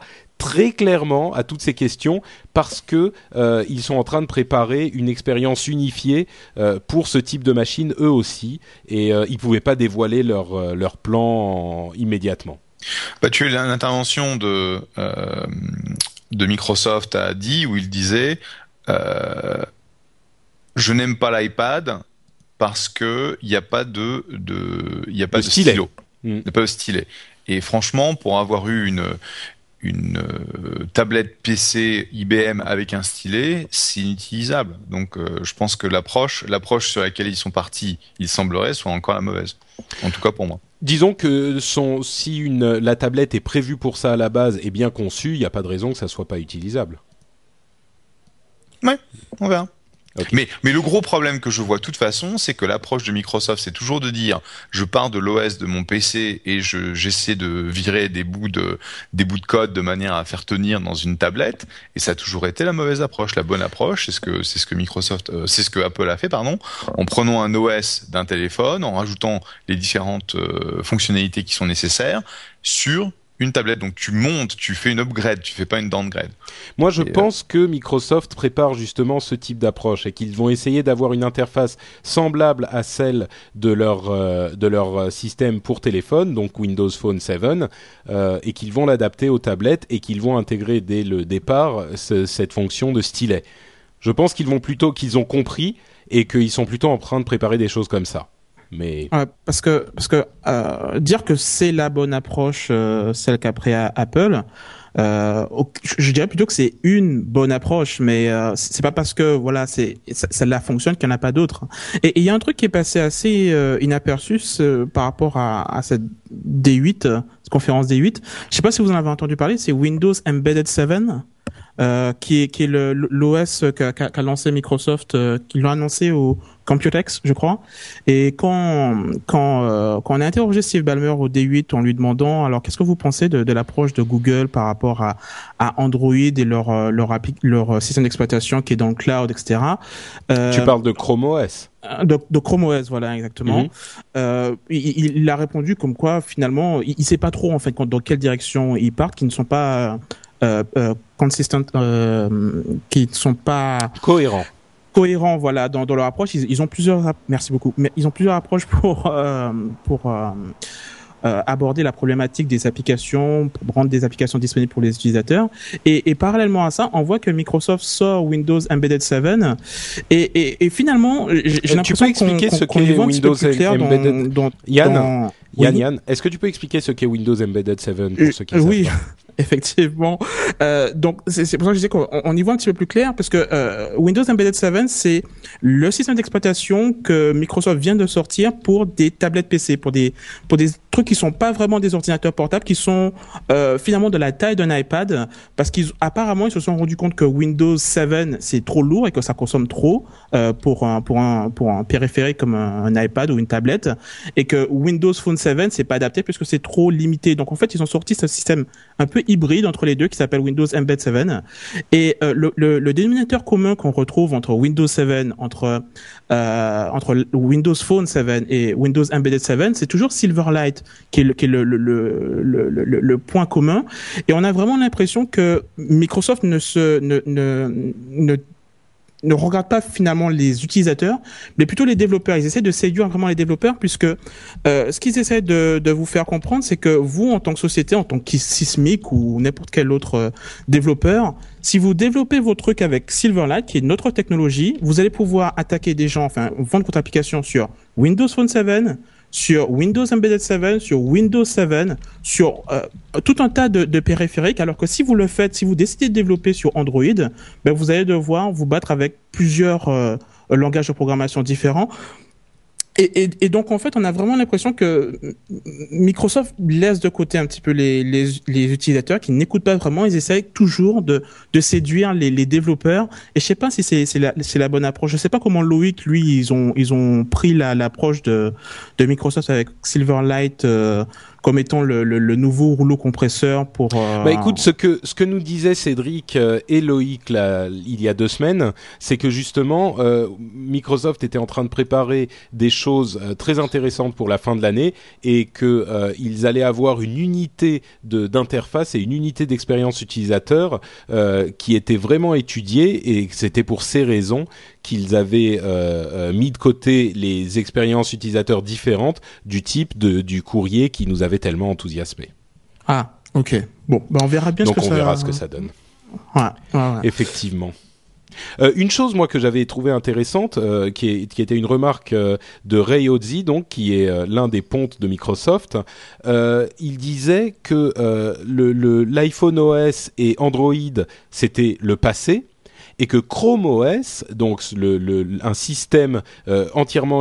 très clairement à toutes ces questions parce que ils sont en train de préparer une expérience unifiée pour ce type de machine eux aussi, et ils pouvaient pas dévoiler leur plan immédiatement. Bah, tu as eu l'intervention de Microsoft a dit, où il disait je n'aime pas l'iPad parce que il n'y a pas de stylo. Il n'y a pas de stylet. Et franchement, pour avoir eu une tablette PC IBM avec un stylet, c'est inutilisable. Donc je pense que l'approche sur laquelle ils sont partis, il semblerait, soit encore la mauvaise. En tout cas pour moi. Disons que si la tablette est prévue pour ça à la base et bien conçue, il n'y a pas de raison que ça soit pas utilisable. Ouais, on verra. Okay. Mais le gros problème que je vois de toute façon, c'est que l'approche de Microsoft, c'est toujours de dire je pars de l'OS de mon PC et j'essaie de virer des bouts de code de manière à faire tenir dans une tablette, et ça a toujours été la mauvaise approche. La bonne approche, c'est ce que Apple a fait, en prenant un OS d'un téléphone, en rajoutant les différentes fonctionnalités qui sont nécessaires sur une tablette. Donc tu montes, tu fais une upgrade, tu fais pas une downgrade. Moi je pense que Microsoft prépare justement ce type d'approche et qu'ils vont essayer d'avoir une interface semblable à celle de leur système pour téléphone, donc Windows Phone 7, et qu'ils vont l'adapter aux tablettes et qu'ils vont intégrer dès le départ cette fonction de stylet. Je pense qu'ils ont compris et qu'ils sont plutôt en train de préparer des choses comme ça. Mais parce que dire que c'est la bonne approche, celle qu'a pris Apple, je dirais plutôt que c'est une bonne approche, mais c'est pas parce que voilà celle-là fonctionne qu'il n'y en a pas d'autres. Et il y a un truc qui est passé assez inaperçu par rapport à cette D8, cette conférence D8. Je sais pas si vous en avez entendu parler, c'est Windows Embedded 7. Qui est l'OS qu'a lancé Microsoft, qui l'a annoncé au Computex, je crois. Et quand on a interrogé Steve Ballmer au D8 en lui demandant alors qu'est-ce que vous pensez de l'approche de Google par rapport à Android et leur système d'exploitation qui est dans le cloud, etc. Tu parles de Chrome OS. De Chrome OS, voilà, exactement. Il a répondu comme quoi finalement il sait pas trop en fait dans quelle direction ils partent, qui ne sont pas consistent, qui ne sont pas cohérents, voilà, dans leur approche. Ils ont plusieurs, merci beaucoup, mais ils ont plusieurs approches pour aborder la problématique des applications, pour rendre des applications disponibles pour les utilisateurs. Et parallèlement à ça, on voit que Microsoft sort Windows Embedded 7 et finalement, j'ai l'impression qu'on y voit un petit peu plus clair dans Yann, est-ce que tu peux expliquer ce qu'est Windows Embedded 7 pour ceux qui savent pas? Effectivement. Donc c'est pour ça que je disais qu'on y voit un petit peu plus clair, parce que Windows Embedded 7, c'est le système d'exploitation que Microsoft vient de sortir pour des tablettes PC, pour des trucs qui sont pas vraiment des ordinateurs portables, qui sont finalement de la taille d'un iPad, parce qu'apparemment ils se sont rendus compte que Windows 7 c'est trop lourd et que ça consomme trop pour un périphérique comme un iPad ou une tablette, et que Windows Phone 7 c'est pas adapté puisque c'est trop limité. Donc en fait ils ont sorti ce système un peu hybride entre les deux qui s'appelle Windows Embed 7, et le dénominateur commun qu'on retrouve entre Windows 7, entre Windows Phone 7 et Windows Embedded 7, c'est toujours Silverlight qui est le point commun. Et on a vraiment l'impression que Microsoft ne regarde pas finalement les utilisateurs, mais plutôt les développeurs. Ils essaient de séduire vraiment les développeurs, puisque ce qu'ils essaient de vous faire comprendre, c'est que vous, en tant que société, en tant que Sysmic ou n'importe quel autre développeur, si vous développez vos trucs avec Silverlight, qui est notre technologie, vous allez pouvoir attaquer des gens, enfin vendre votre application sur Windows Phone 7, sur Windows Embedded 7, sur Windows 7, sur tout un tas de périphériques, alors que si vous le faites, si vous décidez de développer sur Android, ben vous allez devoir vous battre avec plusieurs langages de programmation différents. Et donc en fait, on a vraiment l'impression que Microsoft laisse de côté un petit peu les utilisateurs qui n'écoutent pas vraiment. Ils essayent toujours de séduire les développeurs. Et je sais pas si c'est la bonne approche. Je sais pas comment Loïc, lui, ils ont pris l'approche de Microsoft avec Silverlight comme étant le nouveau rouleau compresseur pour. Écoute, ce que nous disait Cédric et Loïc là, il y a 2 semaines, c'est que justement Microsoft était en train de préparer des choses très intéressantes pour la fin de l'année et que ils allaient avoir une unité d'interface et une unité d'expérience utilisateur qui était vraiment étudiée, et c'était pour ces raisons qu'ils avaient mis de côté les expériences utilisateurs différentes du type du courrier qui nous avait tellement enthousiasmé. Ah, ok. Bon, on verra bien ce que ça donne. Ouais. Effectivement. Une chose, moi, que j'avais trouvé intéressante, qui était une remarque de Ray Ozzi, donc, qui est l'un des pontes de Microsoft, il disait que l'iPhone OS et Android, c'était le passé, et que Chrome OS, donc un système entièrement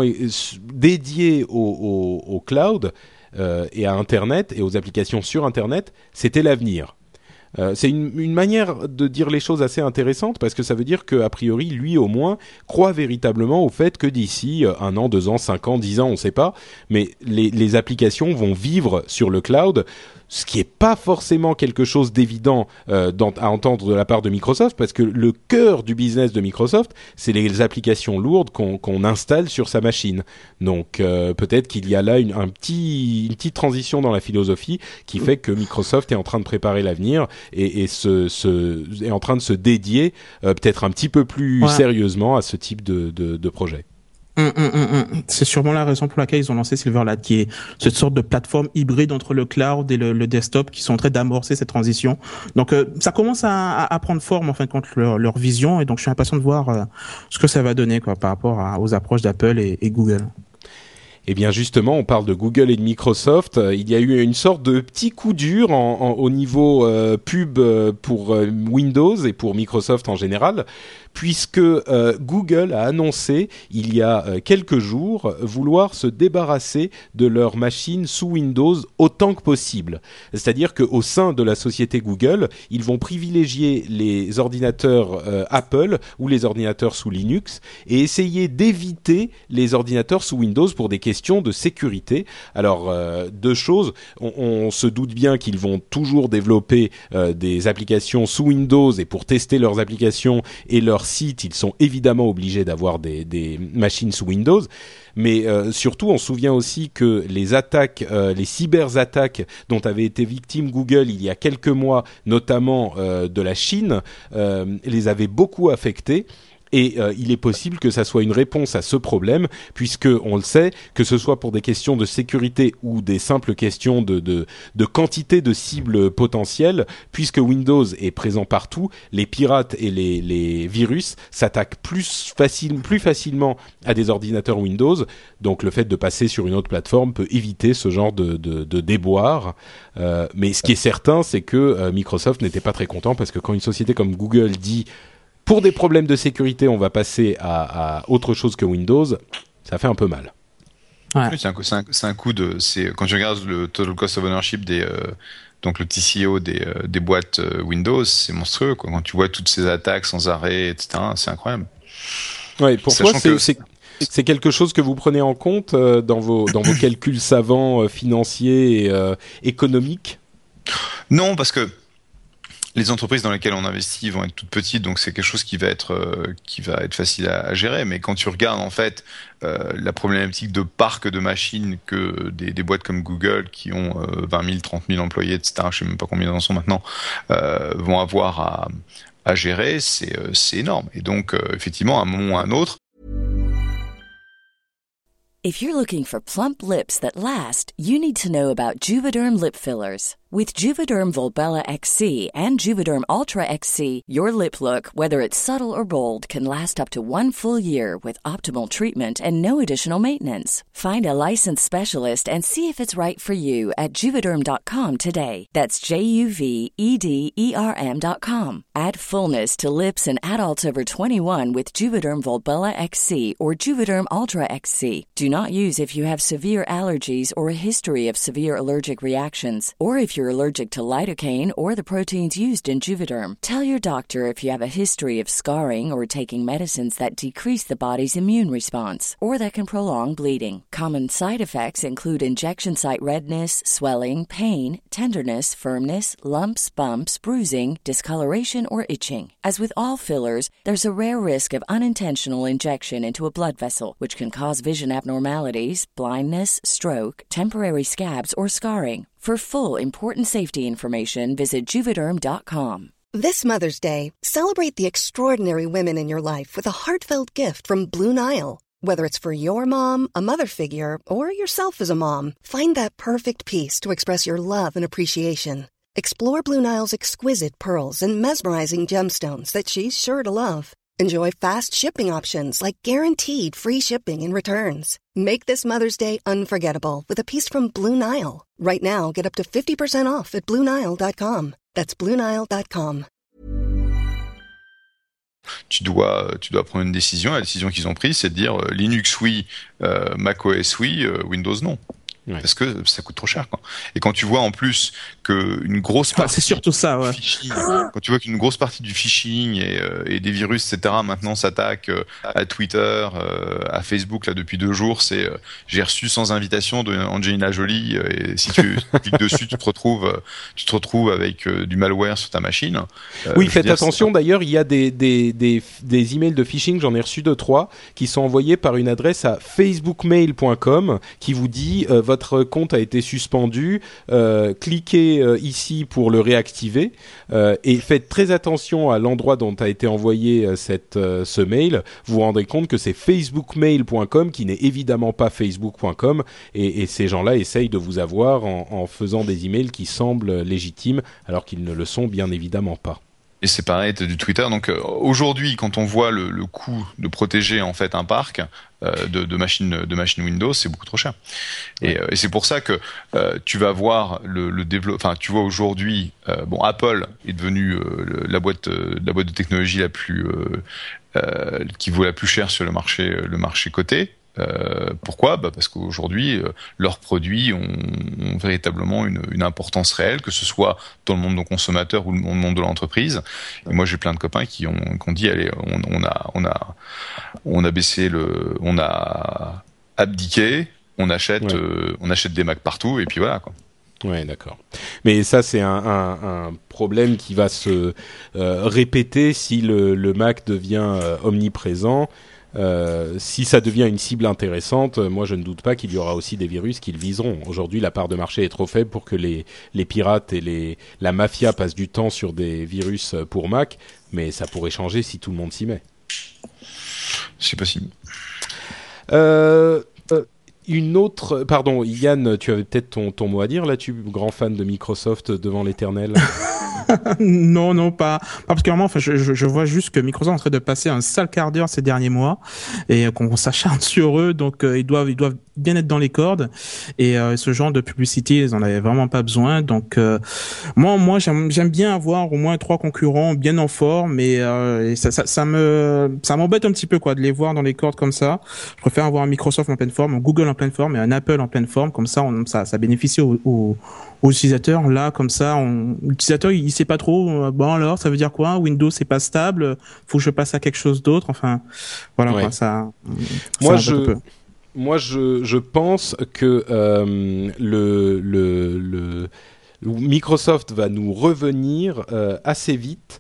dédié au cloud et à Internet et aux applications sur Internet, c'était l'avenir. C'est une manière de dire les choses assez intéressante, parce que ça veut dire qu'a priori, lui au moins, croit véritablement au fait que d'ici 1 an, 2 ans, 5 ans, 10 ans, on ne sait pas, mais les applications vont vivre sur le cloud, ce qui n'est pas forcément quelque chose d'évident à entendre de la part de Microsoft, parce que le cœur du business de Microsoft, c'est les applications lourdes qu'on installe sur sa machine. Donc peut-être qu'il y a là une petite transition dans la philosophie qui fait que Microsoft est en train de préparer l'avenir et est en train de se dédier peut-être un petit peu plus sérieusement à ce type de projet. C'est sûrement la raison pour laquelle ils ont lancé Silverlight, qui est cette sorte de plateforme hybride entre le cloud et le desktop, qui sont en train d'amorcer cette transition. Donc ça commence à prendre forme en fin de compte leur vision, et donc je suis impatient de voir ce que ça va donner par rapport aux approches d'Apple et Google. Eh bien justement, on parle de Google et de Microsoft. Il y a eu une sorte de petit coup dur au niveau pub pour Windows et pour Microsoft en général, puisque Google a annoncé il y a quelques jours vouloir se débarrasser de leurs machines sous Windows autant que possible. C'est-à-dire qu'au sein de la société Google, ils vont privilégier les ordinateurs Apple ou les ordinateurs sous Linux et essayer d'éviter les ordinateurs sous Windows pour des questions de sécurité. Alors, 2 choses. On se doute bien qu'ils vont toujours développer des applications sous Windows, et pour tester leurs applications et leurs sites, ils sont évidemment obligés d'avoir des machines sous Windows. Mais surtout, on se souvient aussi que les attaques, les cyberattaques dont avait été victime Google il y a quelques mois, notamment de la Chine, les avaient beaucoup affectés. Et il est possible que ça soit une réponse à ce problème, puisque on le sait, que ce soit pour des questions de sécurité ou des simples questions de quantité de cibles potentielles, puisque Windows est présent partout, les pirates et les virus s'attaquent plus facilement à des ordinateurs Windows. Donc le fait de passer sur une autre plateforme peut éviter ce genre de déboire. Mais ce qui est certain, c'est que Microsoft n'était pas très content, parce que quand une société comme Google dit pour des problèmes de sécurité, on va passer à autre chose que Windows, ça fait un peu mal. Ouais. Oui, c'est un coup de. Quand tu regardes le total cost of ownership donc le TCO des boîtes Windows, c'est monstrueux, quoi. Quand tu vois toutes ces attaques sans arrêt, etc., c'est incroyable. Ouais, pourquoi c'est quelque chose que vous prenez en compte dans vos calculs savants financiers et économiques? Non, parce que les entreprises dans lesquelles on investit vont être toutes petites, donc c'est quelque chose qui va être facile à gérer. Mais quand tu regardes en fait la problématique de parc de machines que des boîtes comme Google, qui ont 20 000, 30 000 employés, etc., je sais même pas combien ils en sont maintenant, vont avoir à gérer, c'est énorme. Et donc effectivement, à un moment ou à un autre. If you're looking for plump lips that last, you need to know about Juvederm lip fillers. With Juvederm Volbella XC and Juvederm Ultra XC, your lip look, whether it's subtle or bold, can last up to 1 full year with optimal treatment and no additional maintenance. Find a licensed specialist and see if it's right for you at Juvederm.com today. That's JUVEDERM.com. Add fullness to lips in adults over 21 with Juvederm Volbella XC or Juvederm Ultra XC. Do not use if you have severe allergies or a history of severe allergic reactions, or if you're you're allergic to lidocaine or the proteins used in Juvederm. Tell your doctor if you have a history of scarring or taking medicines that decrease the body's immune response or that can prolong bleeding. Common side effects include injection site redness, swelling, pain, tenderness, firmness, lumps, bumps, bruising, discoloration, or itching. As with all fillers, there's a rare risk of unintentional injection into a blood vessel, which can cause vision abnormalities, blindness, stroke, temporary scabs, or scarring. For full, important safety information, visit Juvederm.com. This Mother's Day, celebrate the extraordinary women in your life with a heartfelt gift from Blue Nile. Whether it's for your mom, a mother figure, or yourself as a mom, find that perfect piece to express your love and appreciation. Explore Blue Nile's exquisite pearls and mesmerizing gemstones that she's sure to love. Enjoy fast shipping options like guaranteed free shipping and returns. Make this Mother's Day unforgettable with a piece from Blue Nile. Right now, get up to 50% off at BlueNile.com. That's BlueNile.com. Tu dois prendre une décision. La décision qu'ils ont prise, c'est de dire Linux oui, macOS oui, Windows non. Ouais. Parce que ça coûte trop cher, quoi. Et quand tu vois en plus qu'une grosse partie, c'est surtout ça, ouais. Phishing, quand tu vois qu'une grosse partie du phishing et des virus, etc., maintenant s'attaque à Twitter, à Facebook là depuis 2 jours, c'est j'ai reçu sans invitation de Angelina Jolie et si tu cliques dessus, tu te retrouves avec du malware sur ta machine. Oui, faites attention. D'ailleurs, il y a des emails de phishing, j'en ai reçu 2-3 qui sont envoyés par une adresse à facebookmail.com qui vous dit votre compte a été suspendu, cliquez ici pour le réactiver et faites très attention à l'endroit dont a été envoyé ce mail. Vous vous rendrez compte que c'est facebookmail.com qui n'est évidemment pas facebook.com et ces gens-là essayent de vous avoir en faisant des emails qui semblent légitimes alors qu'ils ne le sont bien évidemment pas. Et c'est pareil du Twitter. Donc aujourd'hui, quand on voit le coût de protéger en fait un parc de machines Windows, c'est beaucoup trop cher. Et c'est pour ça que tu vas voir enfin tu vois aujourd'hui, Apple est devenu la boîte de technologie la plus qui vaut la plus cher sur le marché coté. Pourquoi ? Parce qu'aujourd'hui, leurs produits ont véritablement une importance réelle, que ce soit dans le monde de consommateurs ou le monde de l'entreprise. Et moi, j'ai plein de copains qui ont dit, allez, on a abdiqué, on achète des Mac partout, et puis voilà, quoi. Ouais, d'accord. Mais ça, c'est un problème qui va se répéter si le Mac devient omniprésent. Si ça devient une cible intéressante, moi je ne doute pas qu'il y aura aussi des virus qui le viseront. Aujourd'hui, la part de marché est trop faible pour que les pirates et la mafia passent du temps sur des virus pour Mac, mais ça pourrait changer si tout le monde s'y met. C'est possible. Une autre... Pardon, Yann, tu avais peut-être ton mot à dire là-dessus, grand fan de Microsoft devant l'éternel. Non, pas particulièrement. Enfin, je vois juste que Microsoft est en train de passer un sale quart d'heure ces derniers mois et qu'on s'acharne sur eux. Donc, ils doivent bien être dans les cordes. Et ce genre de publicité, ils en avaient vraiment pas besoin. Donc, moi, j'aime bien avoir au moins 3 concurrents bien en forme. Et ça m'embête un petit peu, quoi, de les voir dans les cordes comme ça. Je préfère avoir un Microsoft en pleine forme, un Google en pleine forme et un Apple en pleine forme. Comme ça, ça bénéficie aux utilisateurs. Là, comme ça, l'utilisateur, il sait pas trop. Bon, alors, ça veut dire quoi ? Windows, c'est pas stable. Faut que je passe à quelque chose d'autre. Enfin, voilà, quoi, ça. Moi, je pense que Microsoft va nous revenir assez vite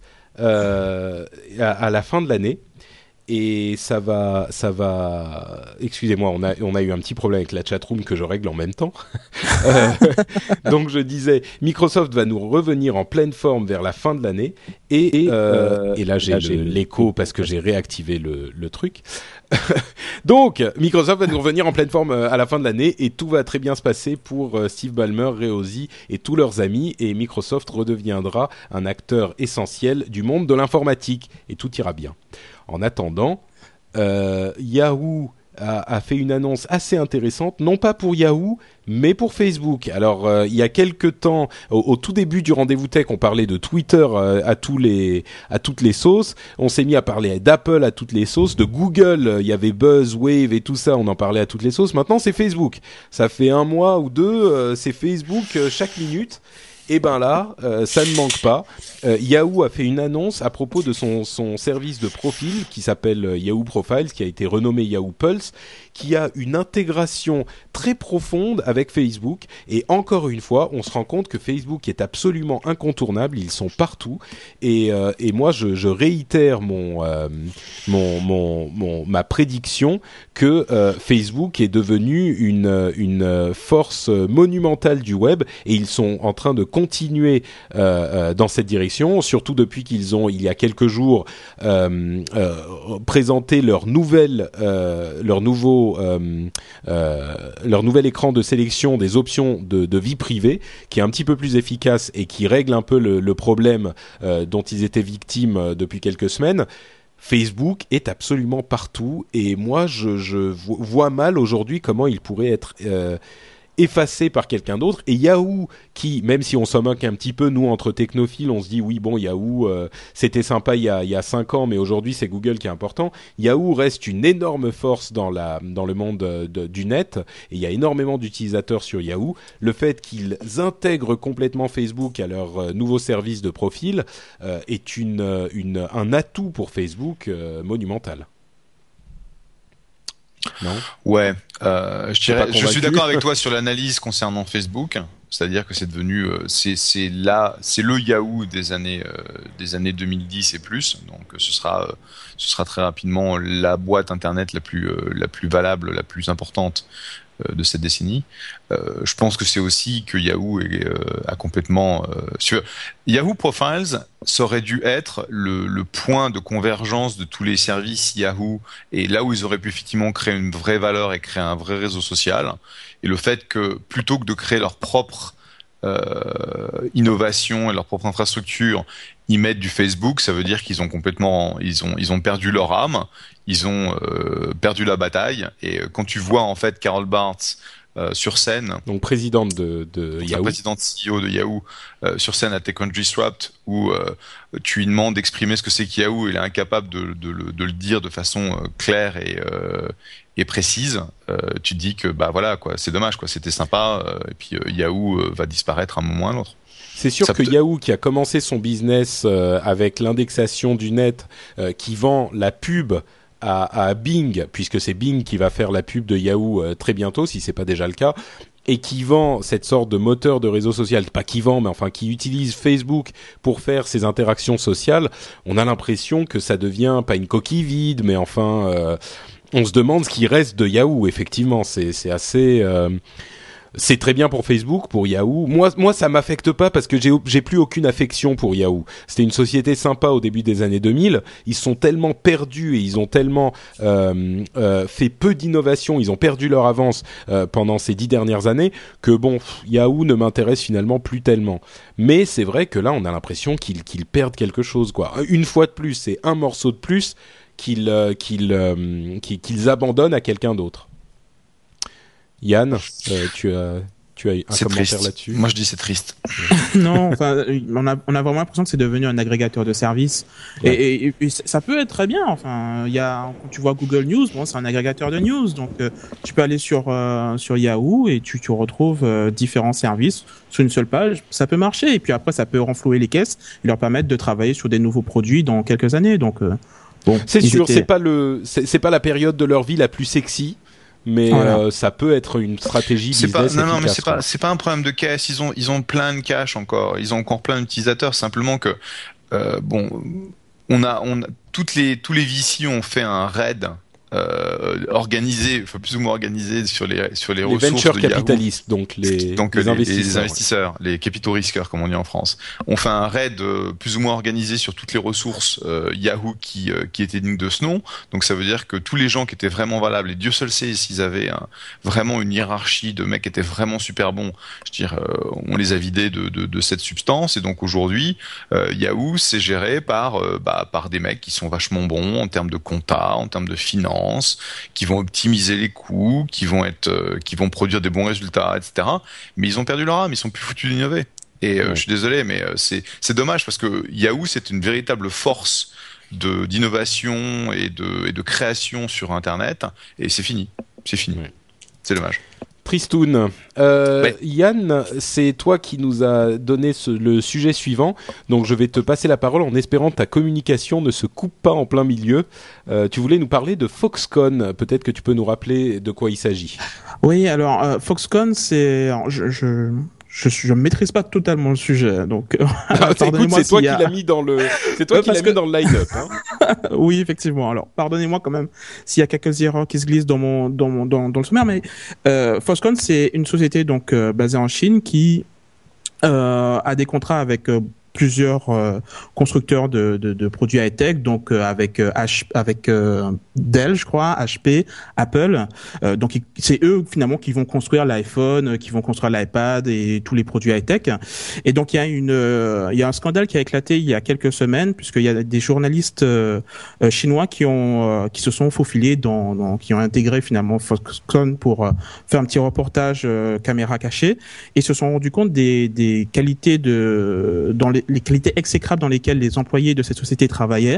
à la fin de l'année. Et ça va. Excusez-moi, on a eu un petit problème avec la chatroom que je règle en même temps. Donc je disais, Microsoft va nous revenir en pleine forme vers la fin de l'année. Et là j'ai l'écho parce que j'ai réactivé le truc. Donc Microsoft va nous revenir en pleine forme à la fin de l'année et tout va très bien se passer pour Steve Ballmer, Ray Ozzie et tous leurs amis. Et Microsoft redeviendra un acteur essentiel du monde de l'informatique et tout ira bien. En attendant, Yahoo a fait une annonce assez intéressante, non pas pour Yahoo, mais pour Facebook. Alors, il y a quelques temps, au tout début du rendez-vous tech, on parlait de Twitter à toutes les sauces. On s'est mis à parler d'Apple à toutes les sauces, de Google, il y avait Buzz, Wave et tout ça, on en parlait à toutes les sauces. Maintenant, c'est Facebook. Ça fait 1 mois ou 2, c'est Facebook chaque minute. Et ben là, ça ne manque pas. Yahoo a fait une annonce à propos de son service de profil qui s'appelle Yahoo Profiles, qui a été renommé Yahoo Pulse, qui a une intégration très profonde avec Facebook. Et encore une fois, on se rend compte que Facebook est absolument incontournable. Ils sont partout. Et moi, je réitère ma prédiction que Facebook est devenu une force monumentale du web, et ils sont en train de continuer dans cette direction, surtout depuis qu'ils ont, il y a quelques jours, présenté leur nouvel écran de sélection des options de vie privée, qui est un petit peu plus efficace et qui règle un peu le problème dont ils étaient victimes depuis quelques semaines. Facebook est absolument partout, et moi je vois mal aujourd'hui comment il pourrait être effacé par quelqu'un d'autre. Et Yahoo, qui, même si on s'en moque un petit peu, nous entre technophiles, on se dit oui bon, Yahoo c'était sympa il y a 5 ans, mais aujourd'hui c'est Google qui est important. Yahoo reste une énorme force dans le monde du net, et il y a énormément d'utilisateurs sur Yahoo. Le fait qu'ils intègrent complètement Facebook à leur nouveau service de profil est un atout pour Facebook monumental. Non. Ouais, je dirais, je suis d'accord avec toi sur l'analyse concernant Facebook. C'est-à-dire que c'est devenu, c'est le Yahoo des années 2010 et plus. Donc ce sera très rapidement la boîte internet la plus valable, la plus importante de cette décennie. Je pense que c'est aussi que Yahoo a complètement Yahoo Profiles, ça aurait dû être le point de convergence de tous les services Yahoo, et là où ils auraient pu effectivement créer une vraie valeur et créer un vrai réseau social. Et le fait que plutôt que de créer leur propre innovation et leur propre infrastructure, ils mettent du Facebook, ça veut dire qu'ils ont complètement, ils ont perdu leur âme, ils ont perdu la bataille. Et quand tu vois en fait Carol Bartz sur scène, donc présidente de Yahoo, présidente CEO de Yahoo, sur scène à TechCrunch Disrupt, où tu lui demandes d'exprimer ce que c'est que Yahoo, il est incapable de le dire de façon claire et précise. Tu te dis que bah voilà quoi, c'est dommage quoi, c'était sympa, et puis Yahoo va disparaître à un moment ou à un autre. C'est sûr que Yahoo, qui a commencé son business avec l'indexation du net, qui vend la pub à Bing, puisque c'est Bing qui va faire la pub de Yahoo très bientôt, si c'est pas déjà le cas, et qui vend cette sorte de moteur de réseau social, pas qui vend, mais enfin qui utilise Facebook pour faire ses interactions sociales, on a l'impression que ça devient pas une coquille vide, mais enfin, on se demande ce qui reste de Yahoo. Effectivement, c'est assez... c'est très bien pour Facebook, pour Yahoo. Moi, ça m'affecte pas parce que j'ai plus aucune affection pour Yahoo. C'était une société sympa au début des années 2000. Ils sont tellement perdus et ils ont tellement fait peu d'innovation. Ils ont perdu leur avance pendant ces 10 dernières années que bon, Yahoo ne m'intéresse finalement plus tellement. Mais c'est vrai que là, on a l'impression qu'ils perdent quelque chose, quoi. Une fois de plus, c'est un morceau de plus qu'ils abandonnent à quelqu'un d'autre. Yann, tu as un commentaire là-dessus? Moi, je dis c'est triste. Non, enfin, on a vraiment l'impression que c'est devenu un agrégateur de services. Ouais. Et ça peut être très bien. Enfin, quand tu vois Google News, bon, c'est un agrégateur de news. Donc, tu peux aller sur Yahoo et tu retrouves différents services sur une seule page. Ça peut marcher. Et puis après, ça peut renflouer les caisses et leur permettre de travailler sur des nouveaux produits dans quelques années. Donc, bon. C'est sûr, c'est pas la période de leur vie la plus sexy. Mais voilà. Ça peut être une stratégie business. Non, mais c'est pas un problème de caisse. Ils ont plein de cash encore. Ils ont encore plein d'utilisateurs. Simplement que on a tous les VC ont fait un raid organisé, enfin plus ou moins organisé sur les ressources venture de capitalistes, donc les investisseurs, les capitaux risqueurs comme on dit en France, ont fait un raid plus ou moins organisé sur toutes les ressources Yahoo qui étaient dignes de ce nom. Donc ça veut dire que tous les gens qui étaient vraiment valables, et Dieu seul sait s'ils avaient vraiment une hiérarchie de mecs qui étaient vraiment super bons, on les a vidés de cette substance. Et donc aujourd'hui Yahoo c'est géré par des mecs qui sont vachement bons en termes de compta, en termes de finance, qui vont optimiser les coûts, qui vont produire des bons résultats, etc. Mais ils ont perdu leur âme, ils sont plus foutus d'innover. Et je suis désolé, mais c'est dommage parce que Yahoo c'est une véritable force d'innovation et de création sur Internet, et c'est fini. Oui. C'est dommage. Tristoun, Ouais. Yann, c'est toi qui nous a donné le sujet suivant, donc je vais te passer la parole en espérant que ta communication ne se coupe pas en plein milieu. Tu voulais nous parler de Foxconn, peut-être que tu peux nous rappeler de quoi il s'agit. Oui, alors Foxconn, c'est alors, je maîtrise pas totalement le sujet, donc Écoute, pardonnez-moi c'est toi s'il qui y a- l'as mis dans le, c'est toi Ouais, qui l'as parce mis que- dans le line-up. Hein. Oui, effectivement. Alors, pardonnez-moi quand même s'il y a quelques erreurs qui se glissent dans le sommaire, mais Foxconn, c'est une société donc basée en Chine qui a des contrats avec plusieurs constructeurs de produits high-tech, donc avec Dell, je crois, HP, Apple. Donc c'est eux finalement qui vont construire l'iPhone, qui vont construire l'iPad et tous les produits high-tech. Et donc il y a un scandale qui a éclaté il y a quelques semaines puisqu'il y a des journalistes chinois qui se sont faufilés qui ont intégré finalement Foxconn pour faire un petit reportage caméra cachée et se sont rendus compte des qualités dans les qualités exécrables dans lesquelles les employés de cette société travaillaient.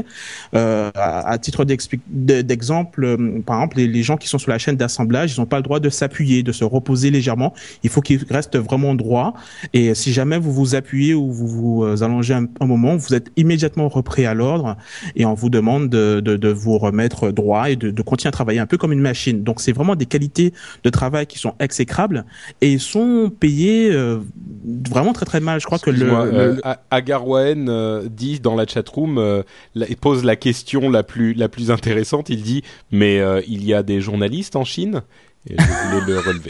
À titre d'exemple, par exemple, les gens qui sont sur la chaîne d'assemblage, ils n'ont pas le droit de s'appuyer, de se reposer légèrement. Il faut qu'ils restent vraiment droits. Et si jamais vous vous appuyez ou vous vous allongez un moment, vous êtes immédiatement repris à l'ordre et on vous demande de vous remettre droit et de continuer à travailler un peu comme une machine. Donc c'est vraiment des qualités de travail qui sont exécrables et ils sont payés vraiment très très mal. Je crois que Agarwaen dit dans la chatroom, il pose la question la plus intéressante. Il dit mais il y a des journalistes en Chine. Et je voulais le relever.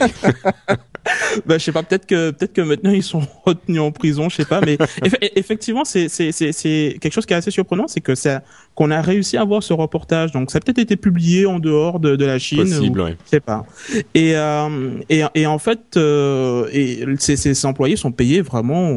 Je sais pas, peut-être que maintenant ils sont retenus en prison, je sais pas, mais effectivement c'est quelque chose qui est assez surprenant, c'est que qu'on a réussi à avoir ce reportage, donc ça a peut-être été publié en dehors de la Chine, possible, oui. je sais pas. Et en fait, ces employés sont payés vraiment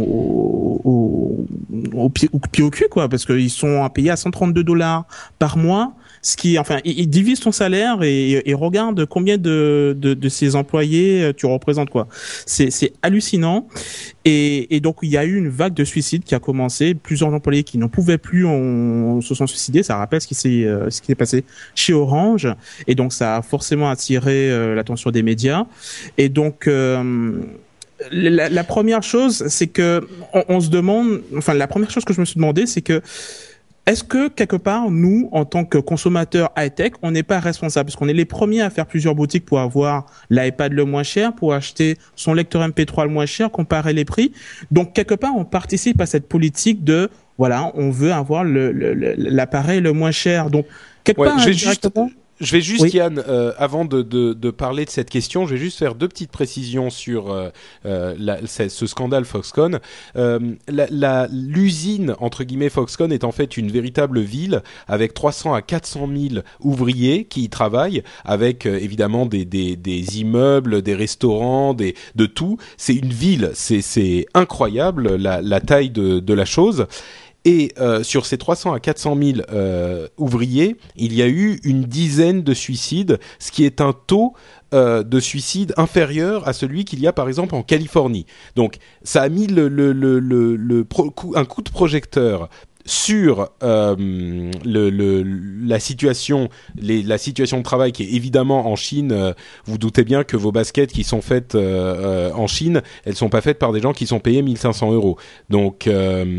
au pied au cul, quoi, parce qu'ils sont payés à $132 par mois. Ce qui, enfin, il divise ton salaire et regarde combien de ces employés tu représentes, quoi. C'est hallucinant. Et donc il y a eu une vague de suicides qui a commencé. Plusieurs employés qui n'en pouvaient plus se sont suicidés. Ça rappelle ce qui s'est passé chez Orange. Et donc ça a forcément attiré l'attention des médias. Et donc la première chose, c'est que on se demande. Enfin, la première chose que je me suis demandé, c'est que est-ce que, quelque part, nous, en tant que consommateurs high-tech, on n'est pas responsable? Parce qu'on est les premiers à faire plusieurs boutiques pour avoir l'iPad le moins cher, pour acheter son lecteur MP3 le moins cher, comparer les prix. Donc, quelque part, on participe à cette politique de, voilà, on veut avoir l'appareil le moins cher. Donc, quelque part, Je vais juste, oui. Yann, avant de parler de cette question, je vais juste faire deux petites précisions sur ce scandale Foxconn. L'usine, entre guillemets, Foxconn est en fait une véritable ville avec 300 à 400 000 ouvriers qui y travaillent, avec évidemment des immeubles, des restaurants, de tout. C'est une ville, c'est incroyable la taille de la chose. Et sur ces 300 à 400 000 ouvriers, il y a eu une dizaine de suicides, ce qui est un taux de suicide inférieur à celui qu'il y a par exemple en Californie. Donc ça a mis un coup de projecteur sur la situation de travail qui est évidemment en Chine. Vous doutez bien que vos baskets qui sont faites en Chine, elles sont pas faites par des gens qui sont payés 1 500 €. Donc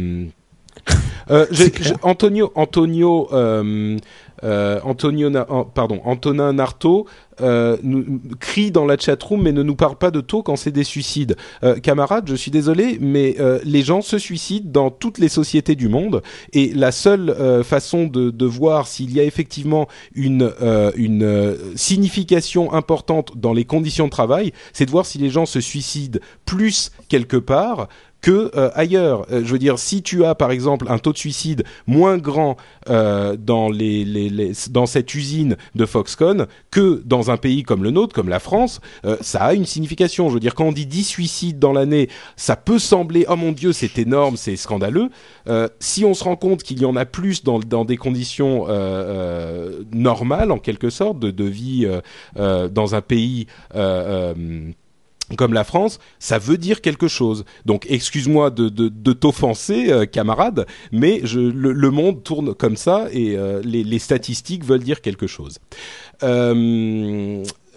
Antonin Narto crie dans la chatroom mais ne nous parle pas de taux quand c'est des suicides. Camarade, je suis désolé, mais les gens se suicident dans toutes les sociétés du monde et la seule façon de voir s'il y a effectivement une signification importante dans les conditions de travail, c'est de voir si les gens se suicident plus quelque part que ailleurs. Je veux dire, si tu as par exemple un taux de suicide moins grand dans cette usine de Foxconn que dans un pays comme le nôtre, comme la France, ça a une signification. Je veux dire, quand on dit 10 suicides dans l'année, ça peut sembler oh mon Dieu, c'est énorme, c'est scandaleux. Si on se rend compte qu'il y en a plus dans des conditions normales en quelque sorte de vie dans un pays comme la France, ça veut dire quelque chose. Donc, excuse-moi de t'offenser, camarade, mais le monde tourne comme ça et les statistiques veulent dire quelque chose.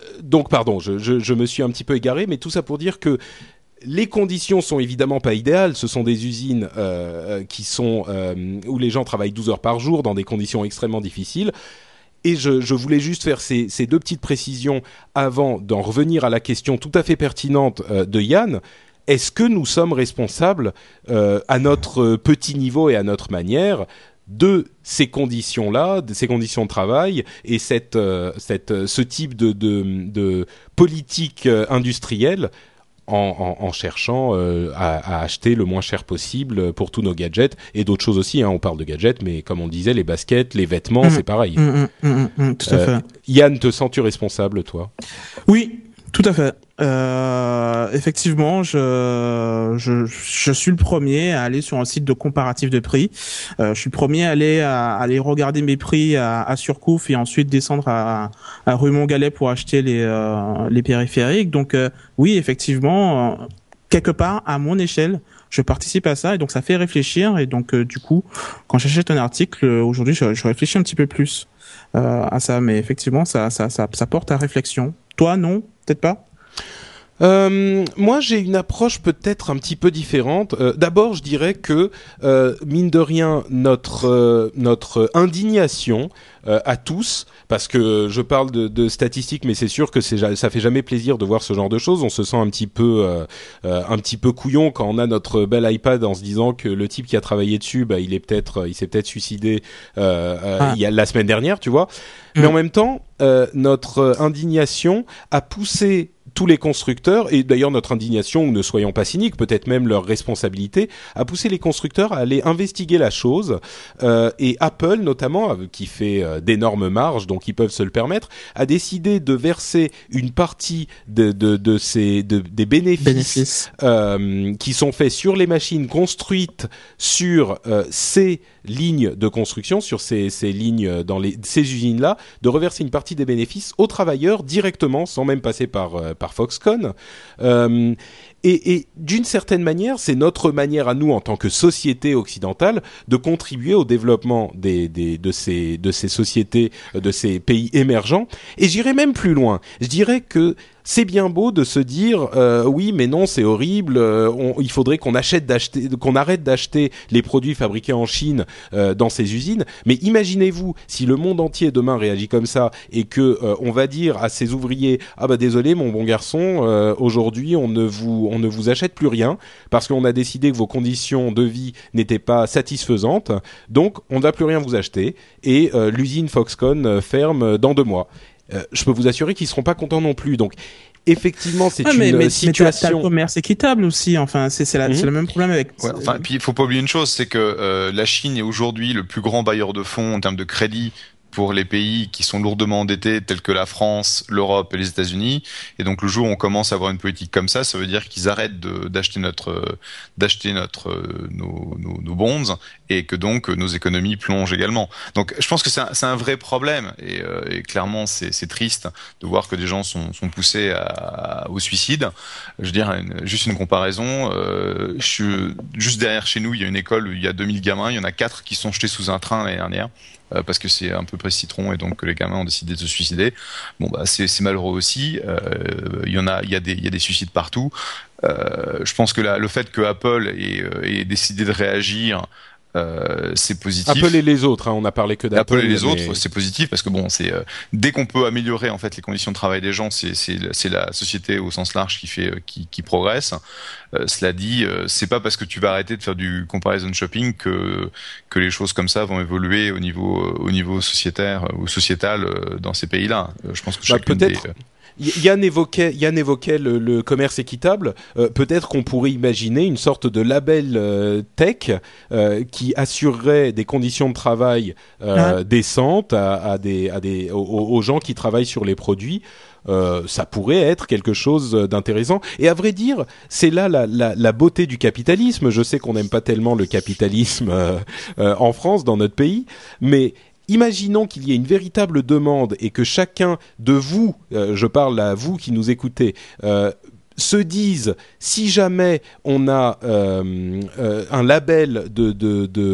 donc pardon, je me suis un petit peu égaré, mais tout ça pour dire que les conditions sont évidemment pas idéales. Ce sont des usines qui sont où les gens travaillent 12 heures par jour dans des conditions extrêmement difficiles. Et je voulais juste faire ces deux petites précisions avant d'en revenir à la question tout à fait pertinente de Yann. Est-ce que nous sommes responsables à notre petit niveau et à notre manière de ces conditions-là, de ces conditions de travail et ce type de politique industrielle en cherchant à acheter le moins cher possible pour tous nos gadgets et d'autres choses aussi, hein, on parle de gadgets, mais comme on disait, les baskets, les vêtements, c'est pareil. Tout à fait. Yann, te sens-tu responsable, toi ? Oui, tout à fait. Effectivement, je suis le premier à aller sur un site de comparatif de prix. Je suis le premier à aller regarder mes prix à Surcouf et ensuite descendre à rue Montgalet pour acheter les périphériques. Donc oui, effectivement, quelque part à mon échelle, je participe à ça et donc ça fait réfléchir. Et donc du coup, quand j'achète un article aujourd'hui, je réfléchis un petit peu plus à ça. Mais effectivement, ça porte à réflexion. Toi, non, peut-être pas. Moi, j'ai une approche peut-être un petit peu différente. D'abord, je dirais que mine de rien, notre indignation à tous, parce que je parle de statistiques, mais c'est sûr que ça fait jamais plaisir de voir ce genre de choses. On se sent un petit peu couillon quand on a notre bel iPad en se disant que le type qui a travaillé dessus, il s'est peut-être suicidé il y a la semaine dernière, tu vois. Mais en même temps, notre indignation a poussé tous les constructeurs, et d'ailleurs notre indignation, ou ne soyons pas cyniques, peut-être même leur responsabilité, a poussé les constructeurs à aller investiguer la chose, et Apple notamment, qui fait d'énormes marges, donc ils peuvent se le permettre, a décidé de verser une partie des bénéfices qui sont faits sur les machines construites sur ces lignes de construction, sur ces lignes dans ces usines-là, de reverser une partie des bénéfices aux travailleurs directement, sans même passer par Foxconn. Et d'une certaine manière, c'est notre manière à nous, en tant que société occidentale, de contribuer au développement de ces sociétés, de ces pays émergents. Et j'irai même plus loin. Je dirais que c'est bien beau de se dire oui, mais non, c'est horrible. Il faudrait qu'on arrête d'acheter les produits fabriqués en Chine dans ces usines. Mais imaginez-vous si le monde entier demain réagit comme ça et que on va dire à ces ouvriers désolé mon bon garçon, aujourd'hui on ne vous achète plus rien parce qu'on a décidé que vos conditions de vie n'étaient pas satisfaisantes. Donc on ne va plus rien vous acheter et l'usine Foxconn ferme dans 2 mois. Je peux vous assurer qu'ils seront pas contents non plus. Donc, effectivement, c'est une situation. Mais t'as le commerce équitable aussi. Enfin, c'est le même problème avec. Ouais, enfin, puis il faut pas oublier une chose, c'est que la Chine est aujourd'hui le plus grand bailleur de fonds en termes de crédit pour les pays qui sont lourdement endettés tels que la France, l'Europe et les États-Unis. Et donc le jour où on commence à avoir une politique comme ça veut dire qu'ils arrêtent d'acheter nos bonds et que donc nos économies plongent également. Donc je pense que c'est un vrai problème et clairement c'est triste de voir que des gens sont poussés au suicide. Je veux dire juste une comparaison. Juste derrière chez nous, il y a une école où il y a 2000 gamins, il y en a 4 qui sont jetés sous un train l'année dernière. Parce que c'est un peu près citron et donc que les gamins ont décidé de se suicider. Bon c'est malheureux aussi. Il y a des suicides partout. Je pense que le fait que Apple ait décidé de réagir, c'est positif. Apple et les autres, hein, on n'a parlé que d'Apple. Apple et les autres, c'est positif parce que dès qu'on peut améliorer en fait les conditions de travail des gens, c'est la société au sens large qui progresse. Cela dit, c'est pas parce que tu vas arrêter de faire du comparison shopping que les choses comme ça vont évoluer au niveau sociétaire ou sociétal dans ces pays-là. Je pense que chacune Yann évoquait le commerce équitable. Peut-être qu'on pourrait imaginer une sorte de label tech qui assurerait des conditions de travail décentes aux gens qui travaillent sur les produits. Ça pourrait être quelque chose d'intéressant. Et à vrai dire, c'est là la beauté du capitalisme. Je sais qu'on n'aime pas tellement le capitalisme en France, dans notre pays, mais imaginons qu'il y ait une véritable demande et que chacun de vous, je parle à vous qui nous écoutez, se disent si jamais on a un label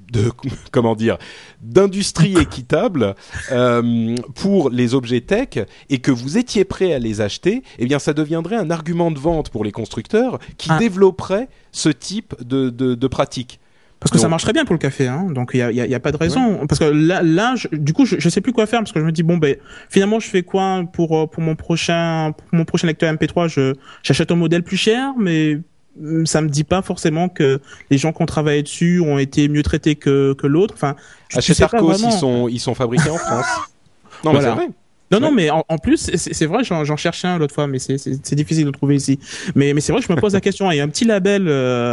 comment dire, d'industrie équitable pour les objets tech et que vous étiez prêt à les acheter, eh bien ça deviendrait un argument de vente pour les constructeurs qui développeraient ce type de pratique. Parce que ça marcherait bien pour le café, hein. Donc il y a pas de raison. Ouais. Parce que là, du coup, je sais plus quoi faire parce que je me dis bon ben finalement je fais quoi pour mon prochain lecteur MP3, j'achète un modèle plus cher, mais ça me dit pas forcément que les gens qui ont travaillé dessus ont été mieux traités que l'autre. Enfin, chez Arcos, ils sont fabriqués en France. Non, voilà. Mais c'est vrai. Non, mais en plus, c'est vrai, j'en cherchais un l'autre fois, mais c'est difficile de trouver ici. Mais c'est vrai que je me pose la question. Il y a un petit label,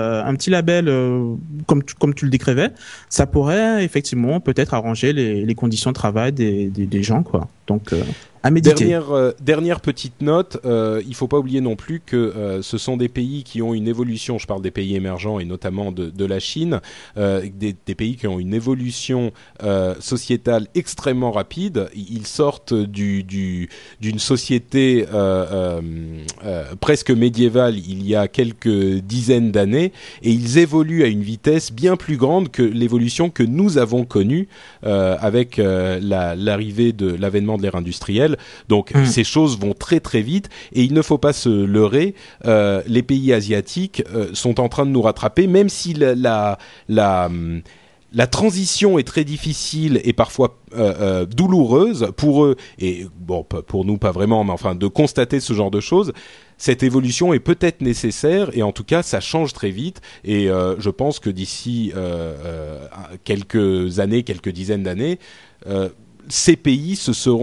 comme tu le décrivais, ça pourrait effectivement peut-être arranger les conditions de travail des gens, quoi. Donc, à méditer. Dernière petite note, il faut pas oublier non plus que ce sont des pays qui ont une évolution, je parle des pays émergents et notamment de la Chine, des pays qui ont une évolution sociétale extrêmement rapide. Ils sortent d'une société presque médiévale il y a quelques dizaines d'années et ils évoluent à une vitesse bien plus grande que l'évolution que nous avons connue avec l'arrivée de l'avènement de l'ère industrielle. Donc ces choses vont très très vite et il ne faut pas se leurrer, les pays asiatiques sont en train de nous rattraper, même si la transition est très difficile et parfois douloureuse pour eux, et bon pour nous pas vraiment, mais enfin de constater ce genre de choses. Cette évolution est peut-être nécessaire et en tout cas ça change très vite et je pense que d'ici quelques années, quelques dizaines d'années, ces pays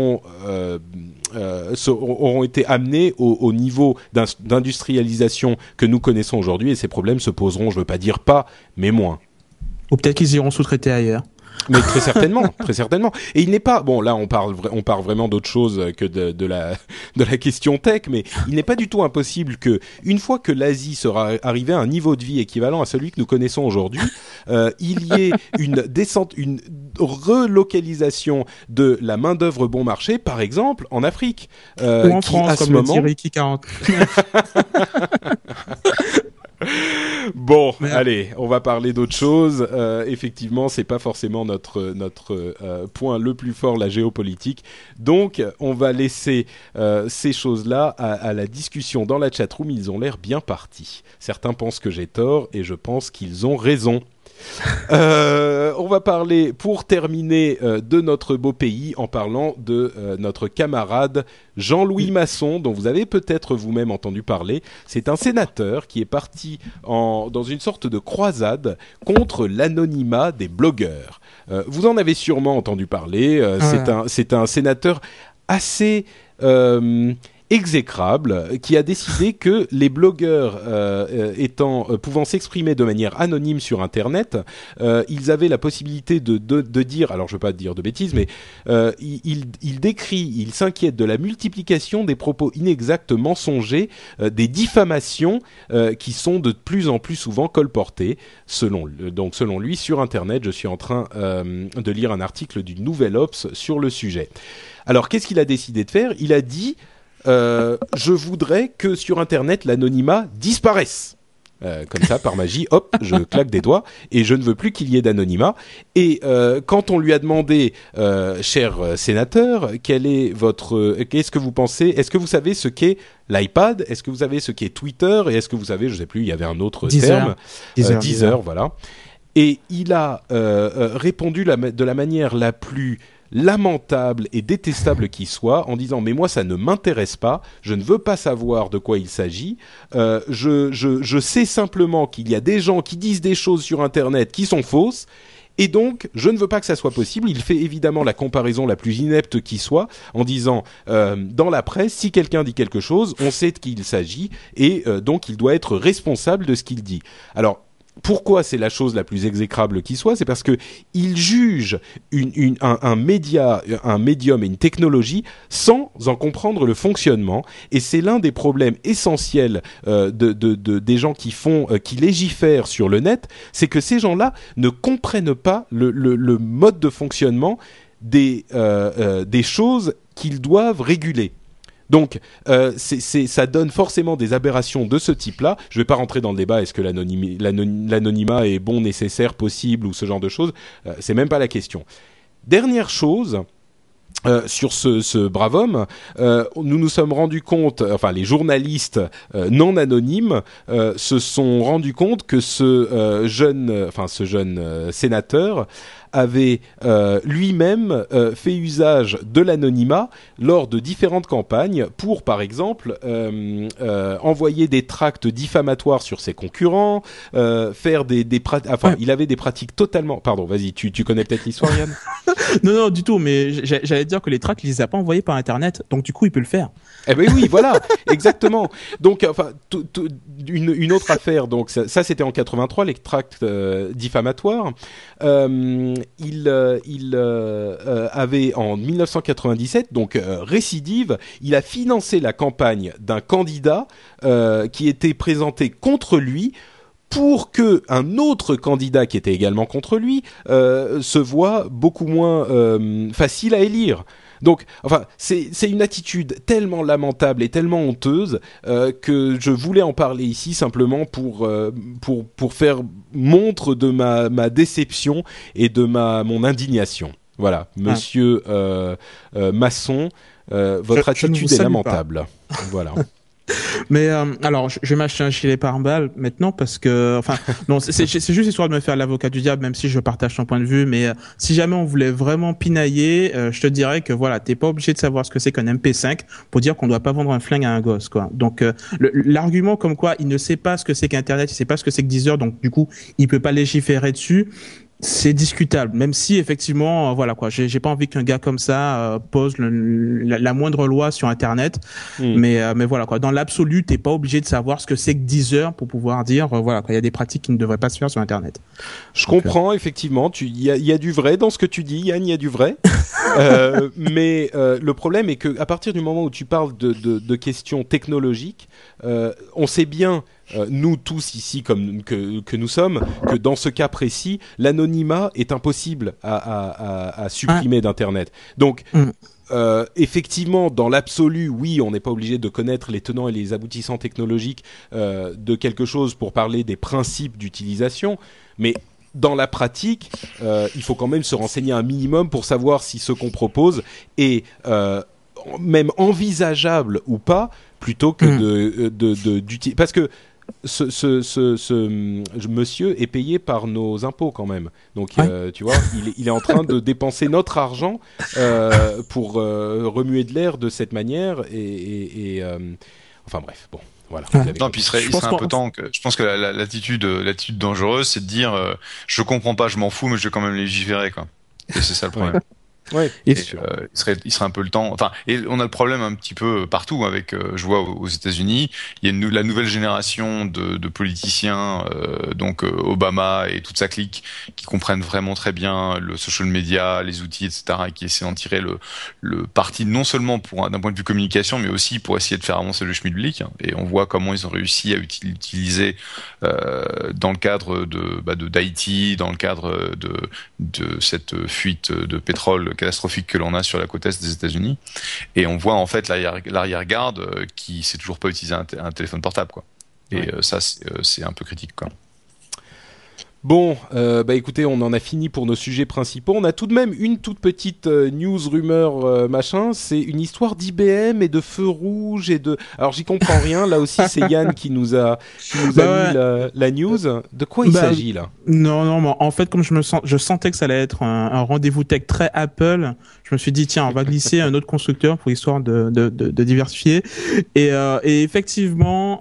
auront été amenés au niveau d'industrialisation que nous connaissons aujourd'hui et ces problèmes se poseront, je ne veux pas dire pas, mais moins. Ou peut-être qu'ils iront sous-traiter ailleurs. Mais très certainement, très certainement. Et il n'est pas, bon là on parle vraiment d'autre chose que de la question tech, mais il n'est pas du tout impossible que une fois que l'Asie sera arrivée à un niveau de vie équivalent à celui que nous connaissons aujourd'hui, il y ait une relocalisation de la main d'œuvre bon marché, par exemple en Afrique, ou en France, comme le Tiriki 40. Bon, allez, on va parler d'autre chose. Effectivement, c'est pas forcément notre point le plus fort, la géopolitique. Donc, on va laisser ces choses-là à la discussion dans la chatroom. Ils ont l'air bien partis. Certains pensent que j'ai tort et je pense qu'ils ont raison. On va parler, pour terminer, de notre beau pays en parlant de notre camarade Jean-Louis Masson, dont vous avez peut-être vous-même entendu parler. C'est un sénateur qui est parti dans une sorte de croisade contre l'anonymat des blogueurs. Vous en avez sûrement entendu parler. C'est un sénateur assez exécrable qui a décidé que les blogueurs pouvant s'exprimer de manière anonyme sur Internet, ils avaient la possibilité de dire, alors je ne veux pas dire de bêtises, mais il s'inquiète de la multiplication des propos inexacts, mensongers, des diffamations qui sont de plus en plus souvent colportées. Selon lui, sur Internet, je suis en train de lire un article du Nouvel Obs sur le sujet. Alors qu'est-ce qu'il a décidé de faire ? Il a dit je voudrais que sur Internet l'anonymat disparaisse. Comme ça, par magie, hop, je claque des doigts et je ne veux plus qu'il y ait d'anonymat. Et quand on lui a demandé, cher sénateur, qu'est-ce que vous pensez ? Est-ce que vous savez ce qu'est l'iPad ? Est-ce que vous savez ce qu'est Twitter ? Et est-ce que vous savez, je ne sais plus, il y avait un autre terme, Deezer, voilà. Et il a répondu de la manière la plus lamentable et détestable qui soit, en disant mais moi ça ne m'intéresse pas, je ne veux pas savoir de quoi il s'agit, je sais simplement qu'il y a des gens qui disent des choses sur Internet qui sont fausses, et donc je ne veux pas que ça soit possible. Il fait évidemment la comparaison la plus inepte qui soit, en disant dans la presse, si quelqu'un dit quelque chose, on sait de qui il s'agit, et donc il doit être responsable de ce qu'il dit. Alors pourquoi c'est la chose la plus exécrable qui soit ? C'est parce que il juge un médium et une technologie sans en comprendre le fonctionnement, et c'est l'un des problèmes essentiels des gens qui légifèrent sur le net, c'est que ces gens-là ne comprennent pas le mode de fonctionnement des choses qu'ils doivent réguler. Donc, ça donne forcément des aberrations de ce type-là. Je ne vais pas rentrer dans le débat, est-ce que l'anonymat est bon, nécessaire, possible, ou ce genre de choses. C'est même pas la question. Dernière chose... sur ce brave homme, nous nous sommes rendus compte, enfin les journalistes non anonymes se sont rendus compte que ce jeune sénateur avait lui-même fait usage de l'anonymat lors de différentes campagnes pour, par exemple, envoyer des tracts diffamatoires sur ses concurrents, faire il avait des pratiques totalement... Pardon, vas-y, tu connais peut-être l'histoire, Yann? Non, du tout, mais j'allais dire que les tracts, il les a pas envoyés par Internet, donc du coup, il peut le faire. Eh ben oui, voilà, exactement. Donc, enfin, une autre affaire. Donc, ça c'était en 83, les tracts diffamatoires. Il avait en 1997, donc récidive, il a financé la campagne d'un candidat qui était présenté contre lui, pour que un autre candidat qui était également contre lui se voit beaucoup moins facile à élire. Donc, enfin, c'est une attitude tellement lamentable et tellement honteuse que je voulais en parler ici simplement pour faire montre de ma déception et de mon indignation. Voilà, Monsieur Masson, votre attitude est lamentable. Voilà. Mais alors, je vais m'acheter un gilet pare-balles maintenant parce que, enfin, non, c'est juste histoire de me faire l'avocat du diable, même si je partage ton point de vue. Mais si jamais on voulait vraiment pinailler, je te dirais que voilà, t'es pas obligé de savoir ce que c'est qu'un MP5 pour dire qu'on doit pas vendre un flingue à un gosse, quoi. Donc l'argument comme quoi il ne sait pas ce que c'est qu'Internet, il sait pas ce que c'est que Deezer, donc du coup il peut pas légiférer dessus. C'est discutable, même si effectivement, voilà quoi, j'ai pas envie qu'un gars comme ça pose la moindre loi sur Internet, mais voilà quoi, dans l'absolu, t'es pas obligé de savoir ce que c'est que Deezer pour pouvoir dire voilà quoi, il y a des pratiques qui ne devraient pas se faire sur Internet. Je comprends effectivement, il y a du vrai dans ce que tu dis, Yann, il y a du vrai, mais le problème est que à partir du moment où tu parles de questions technologiques, on sait bien. Nous tous ici que nous sommes, que dans ce cas précis, l'anonymat est impossible à supprimer d'Internet. Donc, effectivement, dans l'absolu, oui, on n'est pas obligé de connaître les tenants et les aboutissants technologiques de quelque chose pour parler des principes d'utilisation, mais dans la pratique, il faut quand même se renseigner un minimum pour savoir si ce qu'on propose est même envisageable ou pas, plutôt que d'utiliser... Parce que ce monsieur est payé par nos impôts quand même. Donc, tu vois, il est en train de dépenser notre argent pour remuer de l'air de cette manière. Enfin bref, bon. Voilà. Non, puis il serait un peu temps que. Je pense que l'attitude dangereuse, c'est de dire je comprends pas, je m'en fous, mais je vais quand même légiférer, quoi. Et c'est ça le problème. Ouais, il serait un peu le temps. Enfin, et on a le problème un petit peu partout avec. Je vois aux États-Unis, il y a la nouvelle génération de politiciens, donc Obama et toute sa clique, qui comprennent vraiment très bien le social media, les outils, etc., et qui essaient d'en tirer le parti non seulement d'un point de vue communication, mais aussi pour essayer de faire avancer le schmilblick. Et on voit comment ils ont réussi à utiliser dans le cadre d'Haïti, dans le cadre de cette fuite de pétrole catastrophique que l'on a sur la côte est des États-Unis, et on voit en fait l'arrière-garde qui sait toujours pas utiliser un téléphone portable, quoi. Et ça c'est un peu critique, quoi. Bon, écoutez, on en a fini pour nos sujets principaux. On a tout de même une toute petite news, rumeur, machin. C'est une histoire d'IBM et de feu rouge et de... Alors, j'y comprends rien. Là aussi, c'est Yann qui nous a mis la news. De quoi il s'agit, là? Non, en fait, comme je sentais que ça allait être un rendez-vous tech très Apple, je me suis dit, tiens, on va glisser un autre constructeur pour histoire de diversifier. Et effectivement,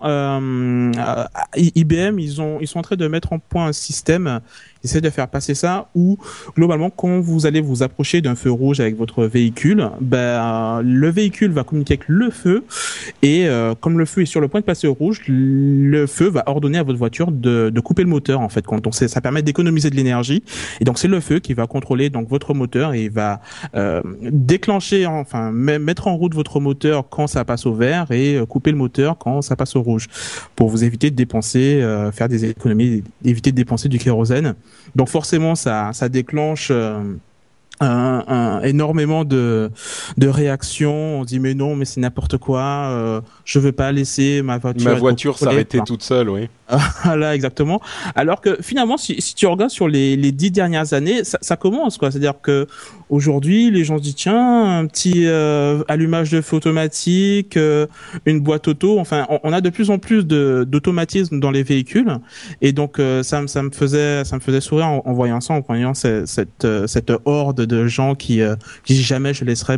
IBM, ils sont en train de mettre en point un système, essayer de faire passer ça où globalement quand vous allez vous approcher d'un feu rouge avec votre véhicule, le véhicule va communiquer avec le feu et comme le feu est sur le point de passer au rouge, le feu va ordonner à votre voiture de couper le moteur en fait. Ça permet d'économiser de l'énergie et donc c'est le feu qui va contrôler donc votre moteur et il va déclencher, enfin mettre en route votre moteur quand ça passe au vert et couper le moteur quand ça passe au rouge pour vous éviter de dépenser, faire des économies, éviter de dépenser du kérosène. Donc forcément ça déclenche énormément de réactions. On dit mais non, mais c'est n'importe quoi. Je veux pas laisser ma voiture s'arrêter toute seule, oui. Voilà, exactement. Alors que finalement, si tu regardes sur les 10 dernières années, ça commence, quoi. C'est-à-dire que aujourd'hui, les gens se disent tiens, un petit allumage de feu automatique, une boîte auto. Enfin, on a de plus en plus d'automatisme dans les véhicules, et donc ça me faisait sourire en voyant ça, en voyant cette horde de gens qui jamais je laisserai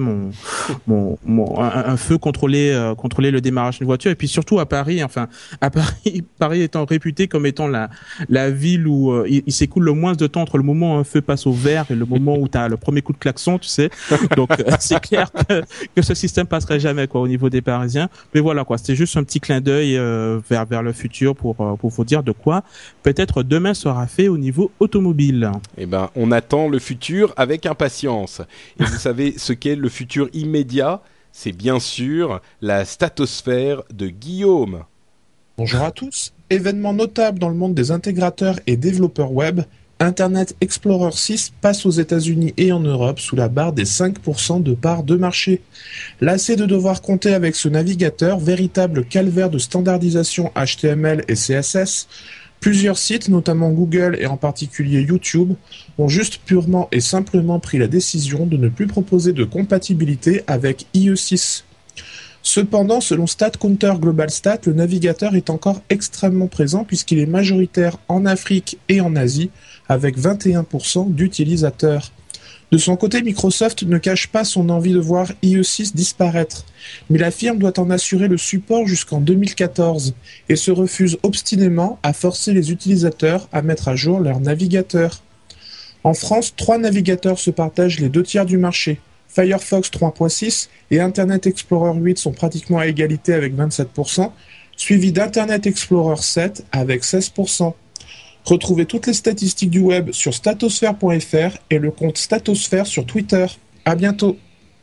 un feu contrôler le démarrage d'une voiture. Et puis surtout à Paris, Paris étant réputé comme étant la ville où il s'écoule le moins de temps entre le moment où un feu passe au vert et le moment où tu as le premier coup de klaxon, tu sais. Donc c'est clair que ce système passerait jamais, quoi, au niveau des Parisiens. Mais voilà, quoi, c'était juste un petit clin d'œil vers le futur pour vous dire de quoi peut-être demain sera fait au niveau automobile. Eh ben, on attend le futur avec impatience. Et vous savez ce qu'est le futur immédiat ? C'est bien sûr la statosphère de Guillaume. Bonjour à tous. Événement notable dans le monde des intégrateurs et développeurs web, Internet Explorer 6 passe aux États-Unis et en Europe sous la barre des 5% de part de marché. Lassé de devoir compter avec ce navigateur, véritable calvaire de standardisation HTML et CSS, plusieurs sites, notamment Google et en particulier YouTube, ont juste purement et simplement pris la décision de ne plus proposer de compatibilité avec IE6. Cependant, selon StatCounter Global Stat, le navigateur est encore extrêmement présent puisqu'il est majoritaire en Afrique et en Asie, avec 21% d'utilisateurs. De son côté, Microsoft ne cache pas son envie de voir IE6 disparaître, mais la firme doit en assurer le support jusqu'en 2014 et se refuse obstinément à forcer les utilisateurs à mettre à jour leur navigateur. En France, 3 navigateurs se partagent les 2/3 du marché. Firefox 3.6 et Internet Explorer 8 sont pratiquement à égalité avec 27%, suivi d'Internet Explorer 7 avec 16%. Retrouvez toutes les statistiques du web sur statosphère.fr et le compte Statosphère sur Twitter. À bientôt.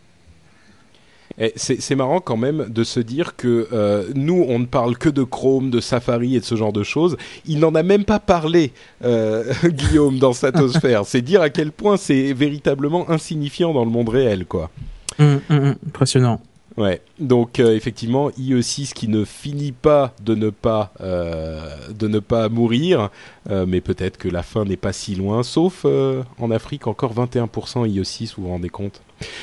Et c'est marrant quand même de se dire que nous, on ne parle que de Chrome, de Safari et de ce genre de choses. Il n'en a même pas parlé, Guillaume, dans Statosphère. C'est dire à quel point c'est véritablement insignifiant dans le monde réel, quoi. Impressionnant. Ouais, donc effectivement, IE6 qui ne finit pas de ne pas mourir, mais peut-être que la fin n'est pas si loin, sauf en Afrique, encore 21% IE6, vous vous rendez compte.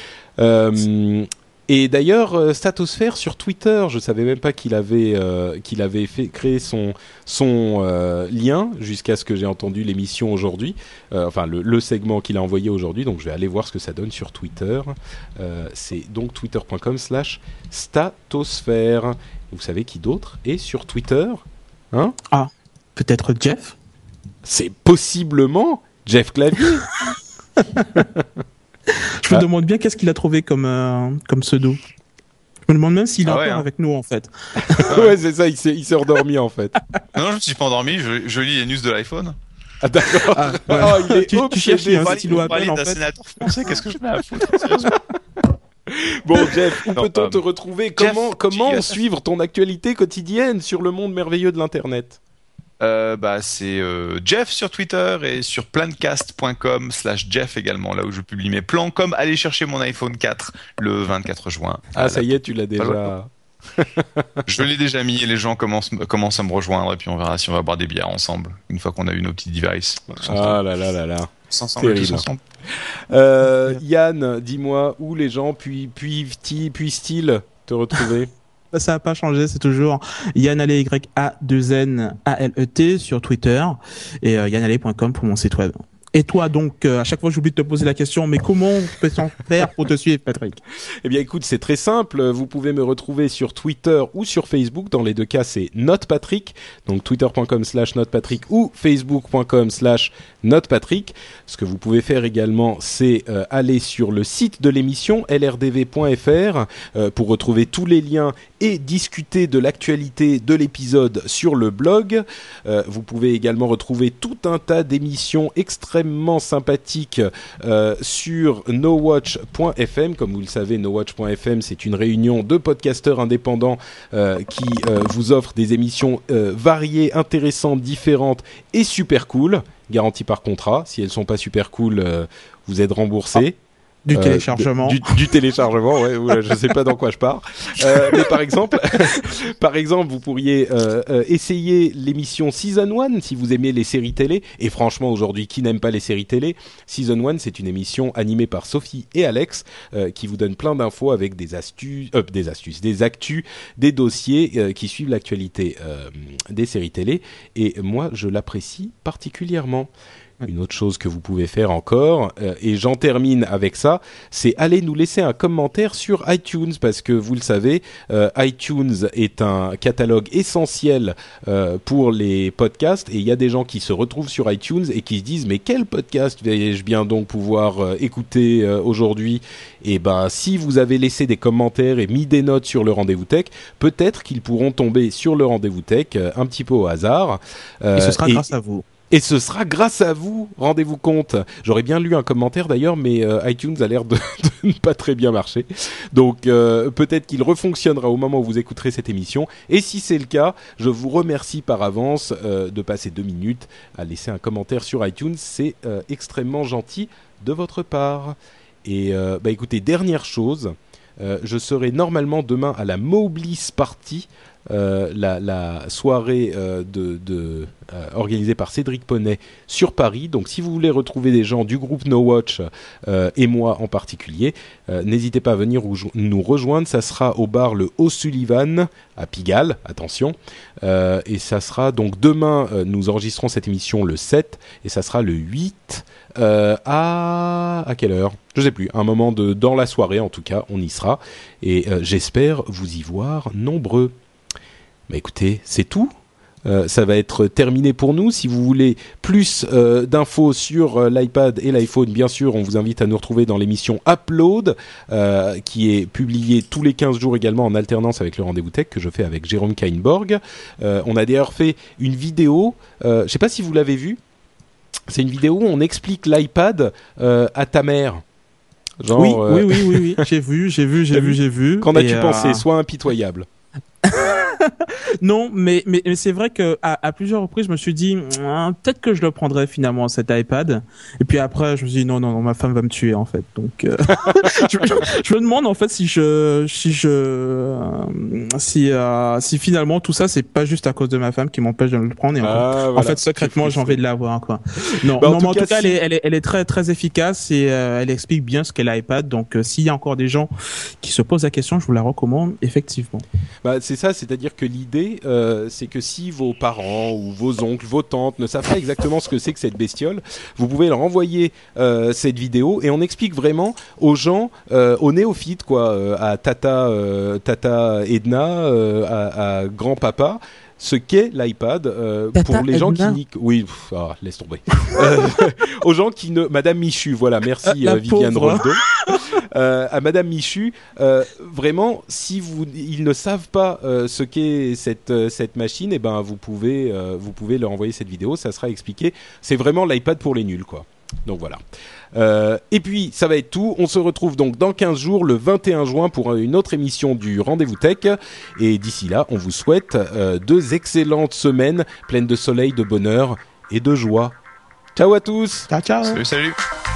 Et d'ailleurs, Statosphère sur Twitter, je savais même pas qu'il avait créé son lien jusqu'à ce que j'ai entendu l'émission aujourd'hui, enfin le segment qu'il a envoyé aujourd'hui. Donc je vais aller voir ce que ça donne sur Twitter. C'est donc twitter.com/statosphère. Vous savez qui d'autre est sur Twitter, hein ? Ah, peut-être Jeff ? C'est possiblement Jeff Clavier. Je me demande bien qu'est-ce qu'il a trouvé comme pseudo. Je me demande même s'il est encore avec nous, en fait. Ouais, c'est ça, il s'est endormi, en fait. Non, je ne suis pas endormi, je lis les news de l'iPhone. Ah, d'accord. Ah, ouais. Oh, il est tu cherches un stylo Apple, en fait. Sénateur français, qu'est-ce que je mets à foutre, sérieusement. Bon, Jeff, où peut-on te retrouver ? Comment suivre ton actualité quotidienne sur le monde merveilleux de l'Internet ? C'est Jeff sur Twitter et sur plancast.com/Jeff également, là où je publie mes plans, comme aller chercher mon iPhone 4 le 24 juin. Ah, ça y est, tu l'as déjà... Je l'ai déjà mis et les gens commencent à me rejoindre et puis on verra si on va boire des bières ensemble, une fois qu'on a eu nos petits devices. Ah là là là là. Tous ensemble. Yann, dis-moi où les gens puissent-ils te retrouver ? Ça n'a pas changé, c'est toujours Yann Allais, YA2NALET sur Twitter et yannallais.com pour mon site web. Et toi donc, à chaque fois j'oublie de te poser la question, mais comment peut-on faire pour te suivre, Patrick ? Eh bien écoute, c'est très simple, vous pouvez me retrouver sur Twitter ou sur Facebook, dans les deux cas c'est NotePatrick, donc twitter.com/NotePatrick ou facebook.com/NotePatrick. Ce que vous pouvez faire également, c'est aller sur le site de l'émission, lrdv.fr, pour retrouver tous les liens et discuter de l'actualité de l'épisode sur le blog. Vous pouvez également retrouver tout un tas d'émissions extrêmement sympathiques sur nowatch.fm. Comme vous le savez, nowatch.fm, c'est une réunion de podcasteurs indépendants qui vous offrent des émissions variées, intéressantes, différentes et super cool, garanties par contrat. Si elles sont pas super cool, vous êtes remboursé. Du téléchargement. Du téléchargement, ouais, je sais pas dans quoi je pars. Mais par exemple, vous pourriez essayer l'émission Season 1 si vous aimez les séries télé. Et franchement, aujourd'hui, qui n'aime pas les séries télé? Season 1, c'est une émission animée par Sophie et Alex qui vous donne plein d'infos avec des actus, des dossiers qui suivent l'actualité des séries télé. Et moi, je l'apprécie particulièrement. Une autre chose que vous pouvez faire encore, et j'en termine avec ça, c'est aller nous laisser un commentaire sur iTunes, parce que vous le savez, iTunes est un catalogue essentiel pour les podcasts, et il y a des gens qui se retrouvent sur iTunes et qui se disent mais quel podcast vais-je bien donc pouvoir écouter aujourd'hui? Et ben si vous avez laissé des commentaires et mis des notes sur le Rendez-vous Tech, peut-être qu'ils pourront tomber sur le Rendez-vous Tech un petit peu au hasard. Et ce sera grâce à vous. Et ce sera grâce à vous, rendez-vous compte. J'aurais bien lu un commentaire d'ailleurs, mais iTunes a l'air de ne pas très bien marcher. Donc peut-être qu'il refonctionnera au moment où vous écouterez cette émission. Et si c'est le cas, je vous remercie par avance de passer 2 minutes à laisser un commentaire sur iTunes. C'est extrêmement gentil de votre part. Et écoutez, dernière chose, je serai normalement demain à la Mobliss Party, la soirée organisée par Cédric Poney sur Paris. Donc si vous voulez retrouver des gens du groupe No Watch et moi en particulier, n'hésitez pas à venir nous rejoindre. Ça sera au bar le O'Sullivan à Pigalle, attention, et ça sera donc demain, nous enregistrons cette émission le 7 et ça sera le 8 à quelle heure? Je sais plus, un moment dans la soirée en tout cas, on y sera et j'espère vous y voir nombreux. Bah écoutez, c'est tout. Ça va être terminé pour nous. Si vous voulez plus d'infos sur l'iPad et l'iPhone, bien sûr, on vous invite à nous retrouver dans l'émission Upload, qui est publiée tous les 15 jours également en alternance avec le Rendez-vous Tech que je fais avec Jérôme Kainborg. On a d'ailleurs fait une vidéo, je ne sais pas si vous l'avez vue, c'est une vidéo où on explique l'iPad à ta mère. Genre, oui, j'ai vu. Qu'en as-tu pensé? Sois impitoyable. Non, mais c'est vrai que à plusieurs reprises, je me suis dit peut-être que je le prendrais finalement cet iPad. Et puis après, je me suis dit non, ma femme va me tuer en fait. Donc je me demande en fait si finalement tout ça c'est pas juste à cause de ma femme qui m'empêche de le prendre. Et en fait, secrètement, j'ai envie de l'avoir quoi. Non, mais en tout cas, elle est très très efficace et elle explique bien ce qu'est l'iPad. Donc s'il y a encore des gens qui se posent la question, je vous la recommande effectivement. C'est ça, c'est-à-dire que l'idée, c'est que si vos parents ou vos oncles, vos tantes ne savent pas exactement ce que c'est que cette bestiole, vous pouvez leur envoyer cette vidéo et on explique vraiment aux gens, aux néophytes, quoi, à Tata Edna, à grand-papa, ce qu'est l'iPad pour les gens qui laisse tomber. Aux gens qui ne... Madame Michu, voilà, merci Viviane Roldo. À Madame Michu, vraiment, si ils ne savent pas ce qu'est cette machine, et ben vous pouvez leur envoyer cette vidéo, ça sera expliqué. C'est vraiment l'iPad pour les nuls, quoi. Donc voilà. Et puis ça va être tout. On se retrouve donc dans 15 jours, le 21 juin, pour une autre émission du Rendez-vous Tech. Et d'ici là, on vous souhaite 2 excellentes semaines pleines de soleil, de bonheur et de joie. Ciao à tous. Ciao. Salut.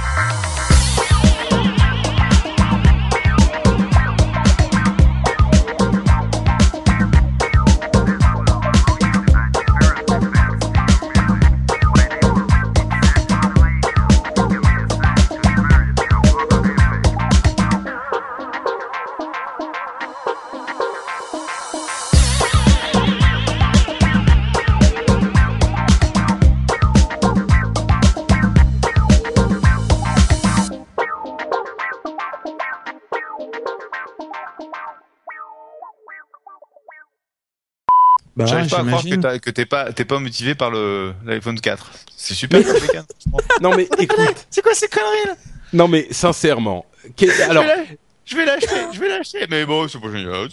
J'arrive pas à croire que t'es pas motivé par l'iPhone 4. C'est super compliqué. Non mais écoute, c'est quoi ces conneries là? Non mais sincèrement, alors je vais l'acheter, mais bon, c'est pas génial.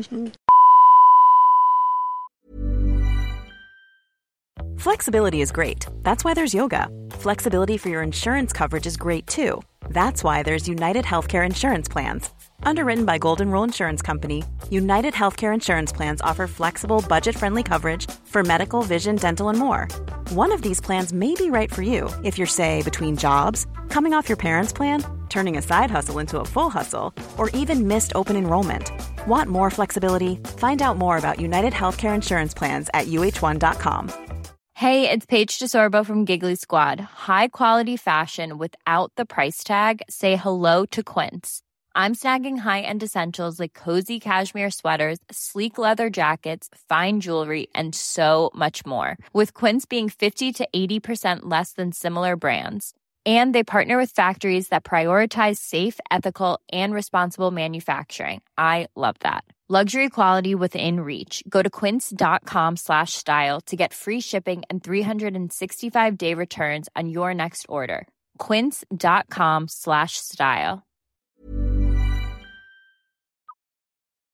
Flexibility is great. That's why there's yoga. Flexibility for your insurance coverage is great too. That's why there's United Healthcare Insurance Plans. Underwritten by Golden Rule Insurance Company, United Healthcare Insurance Plans offer flexible, budget-friendly coverage for medical, vision, dental, and more. One of these plans may be right for you if you're, say, between jobs, coming off your parents' plan, turning a side hustle into a full hustle, or even missed open enrollment. Want more flexibility? Find out more about United Healthcare Insurance Plans at uh1.com. Hey, it's Paige DeSorbo from Giggly Squad. High quality fashion without the price tag. Say hello to Quince. I'm snagging high-end essentials like cozy cashmere sweaters, sleek leather jackets, fine jewelry, and so much more. With Quince being 50 to 80% less than similar brands. And they partner with factories that prioritize safe, ethical, and responsible manufacturing. I love that. Luxury quality within reach. Go to quince.com/style to get free shipping and 365-day returns on your next order. Quince.com/style.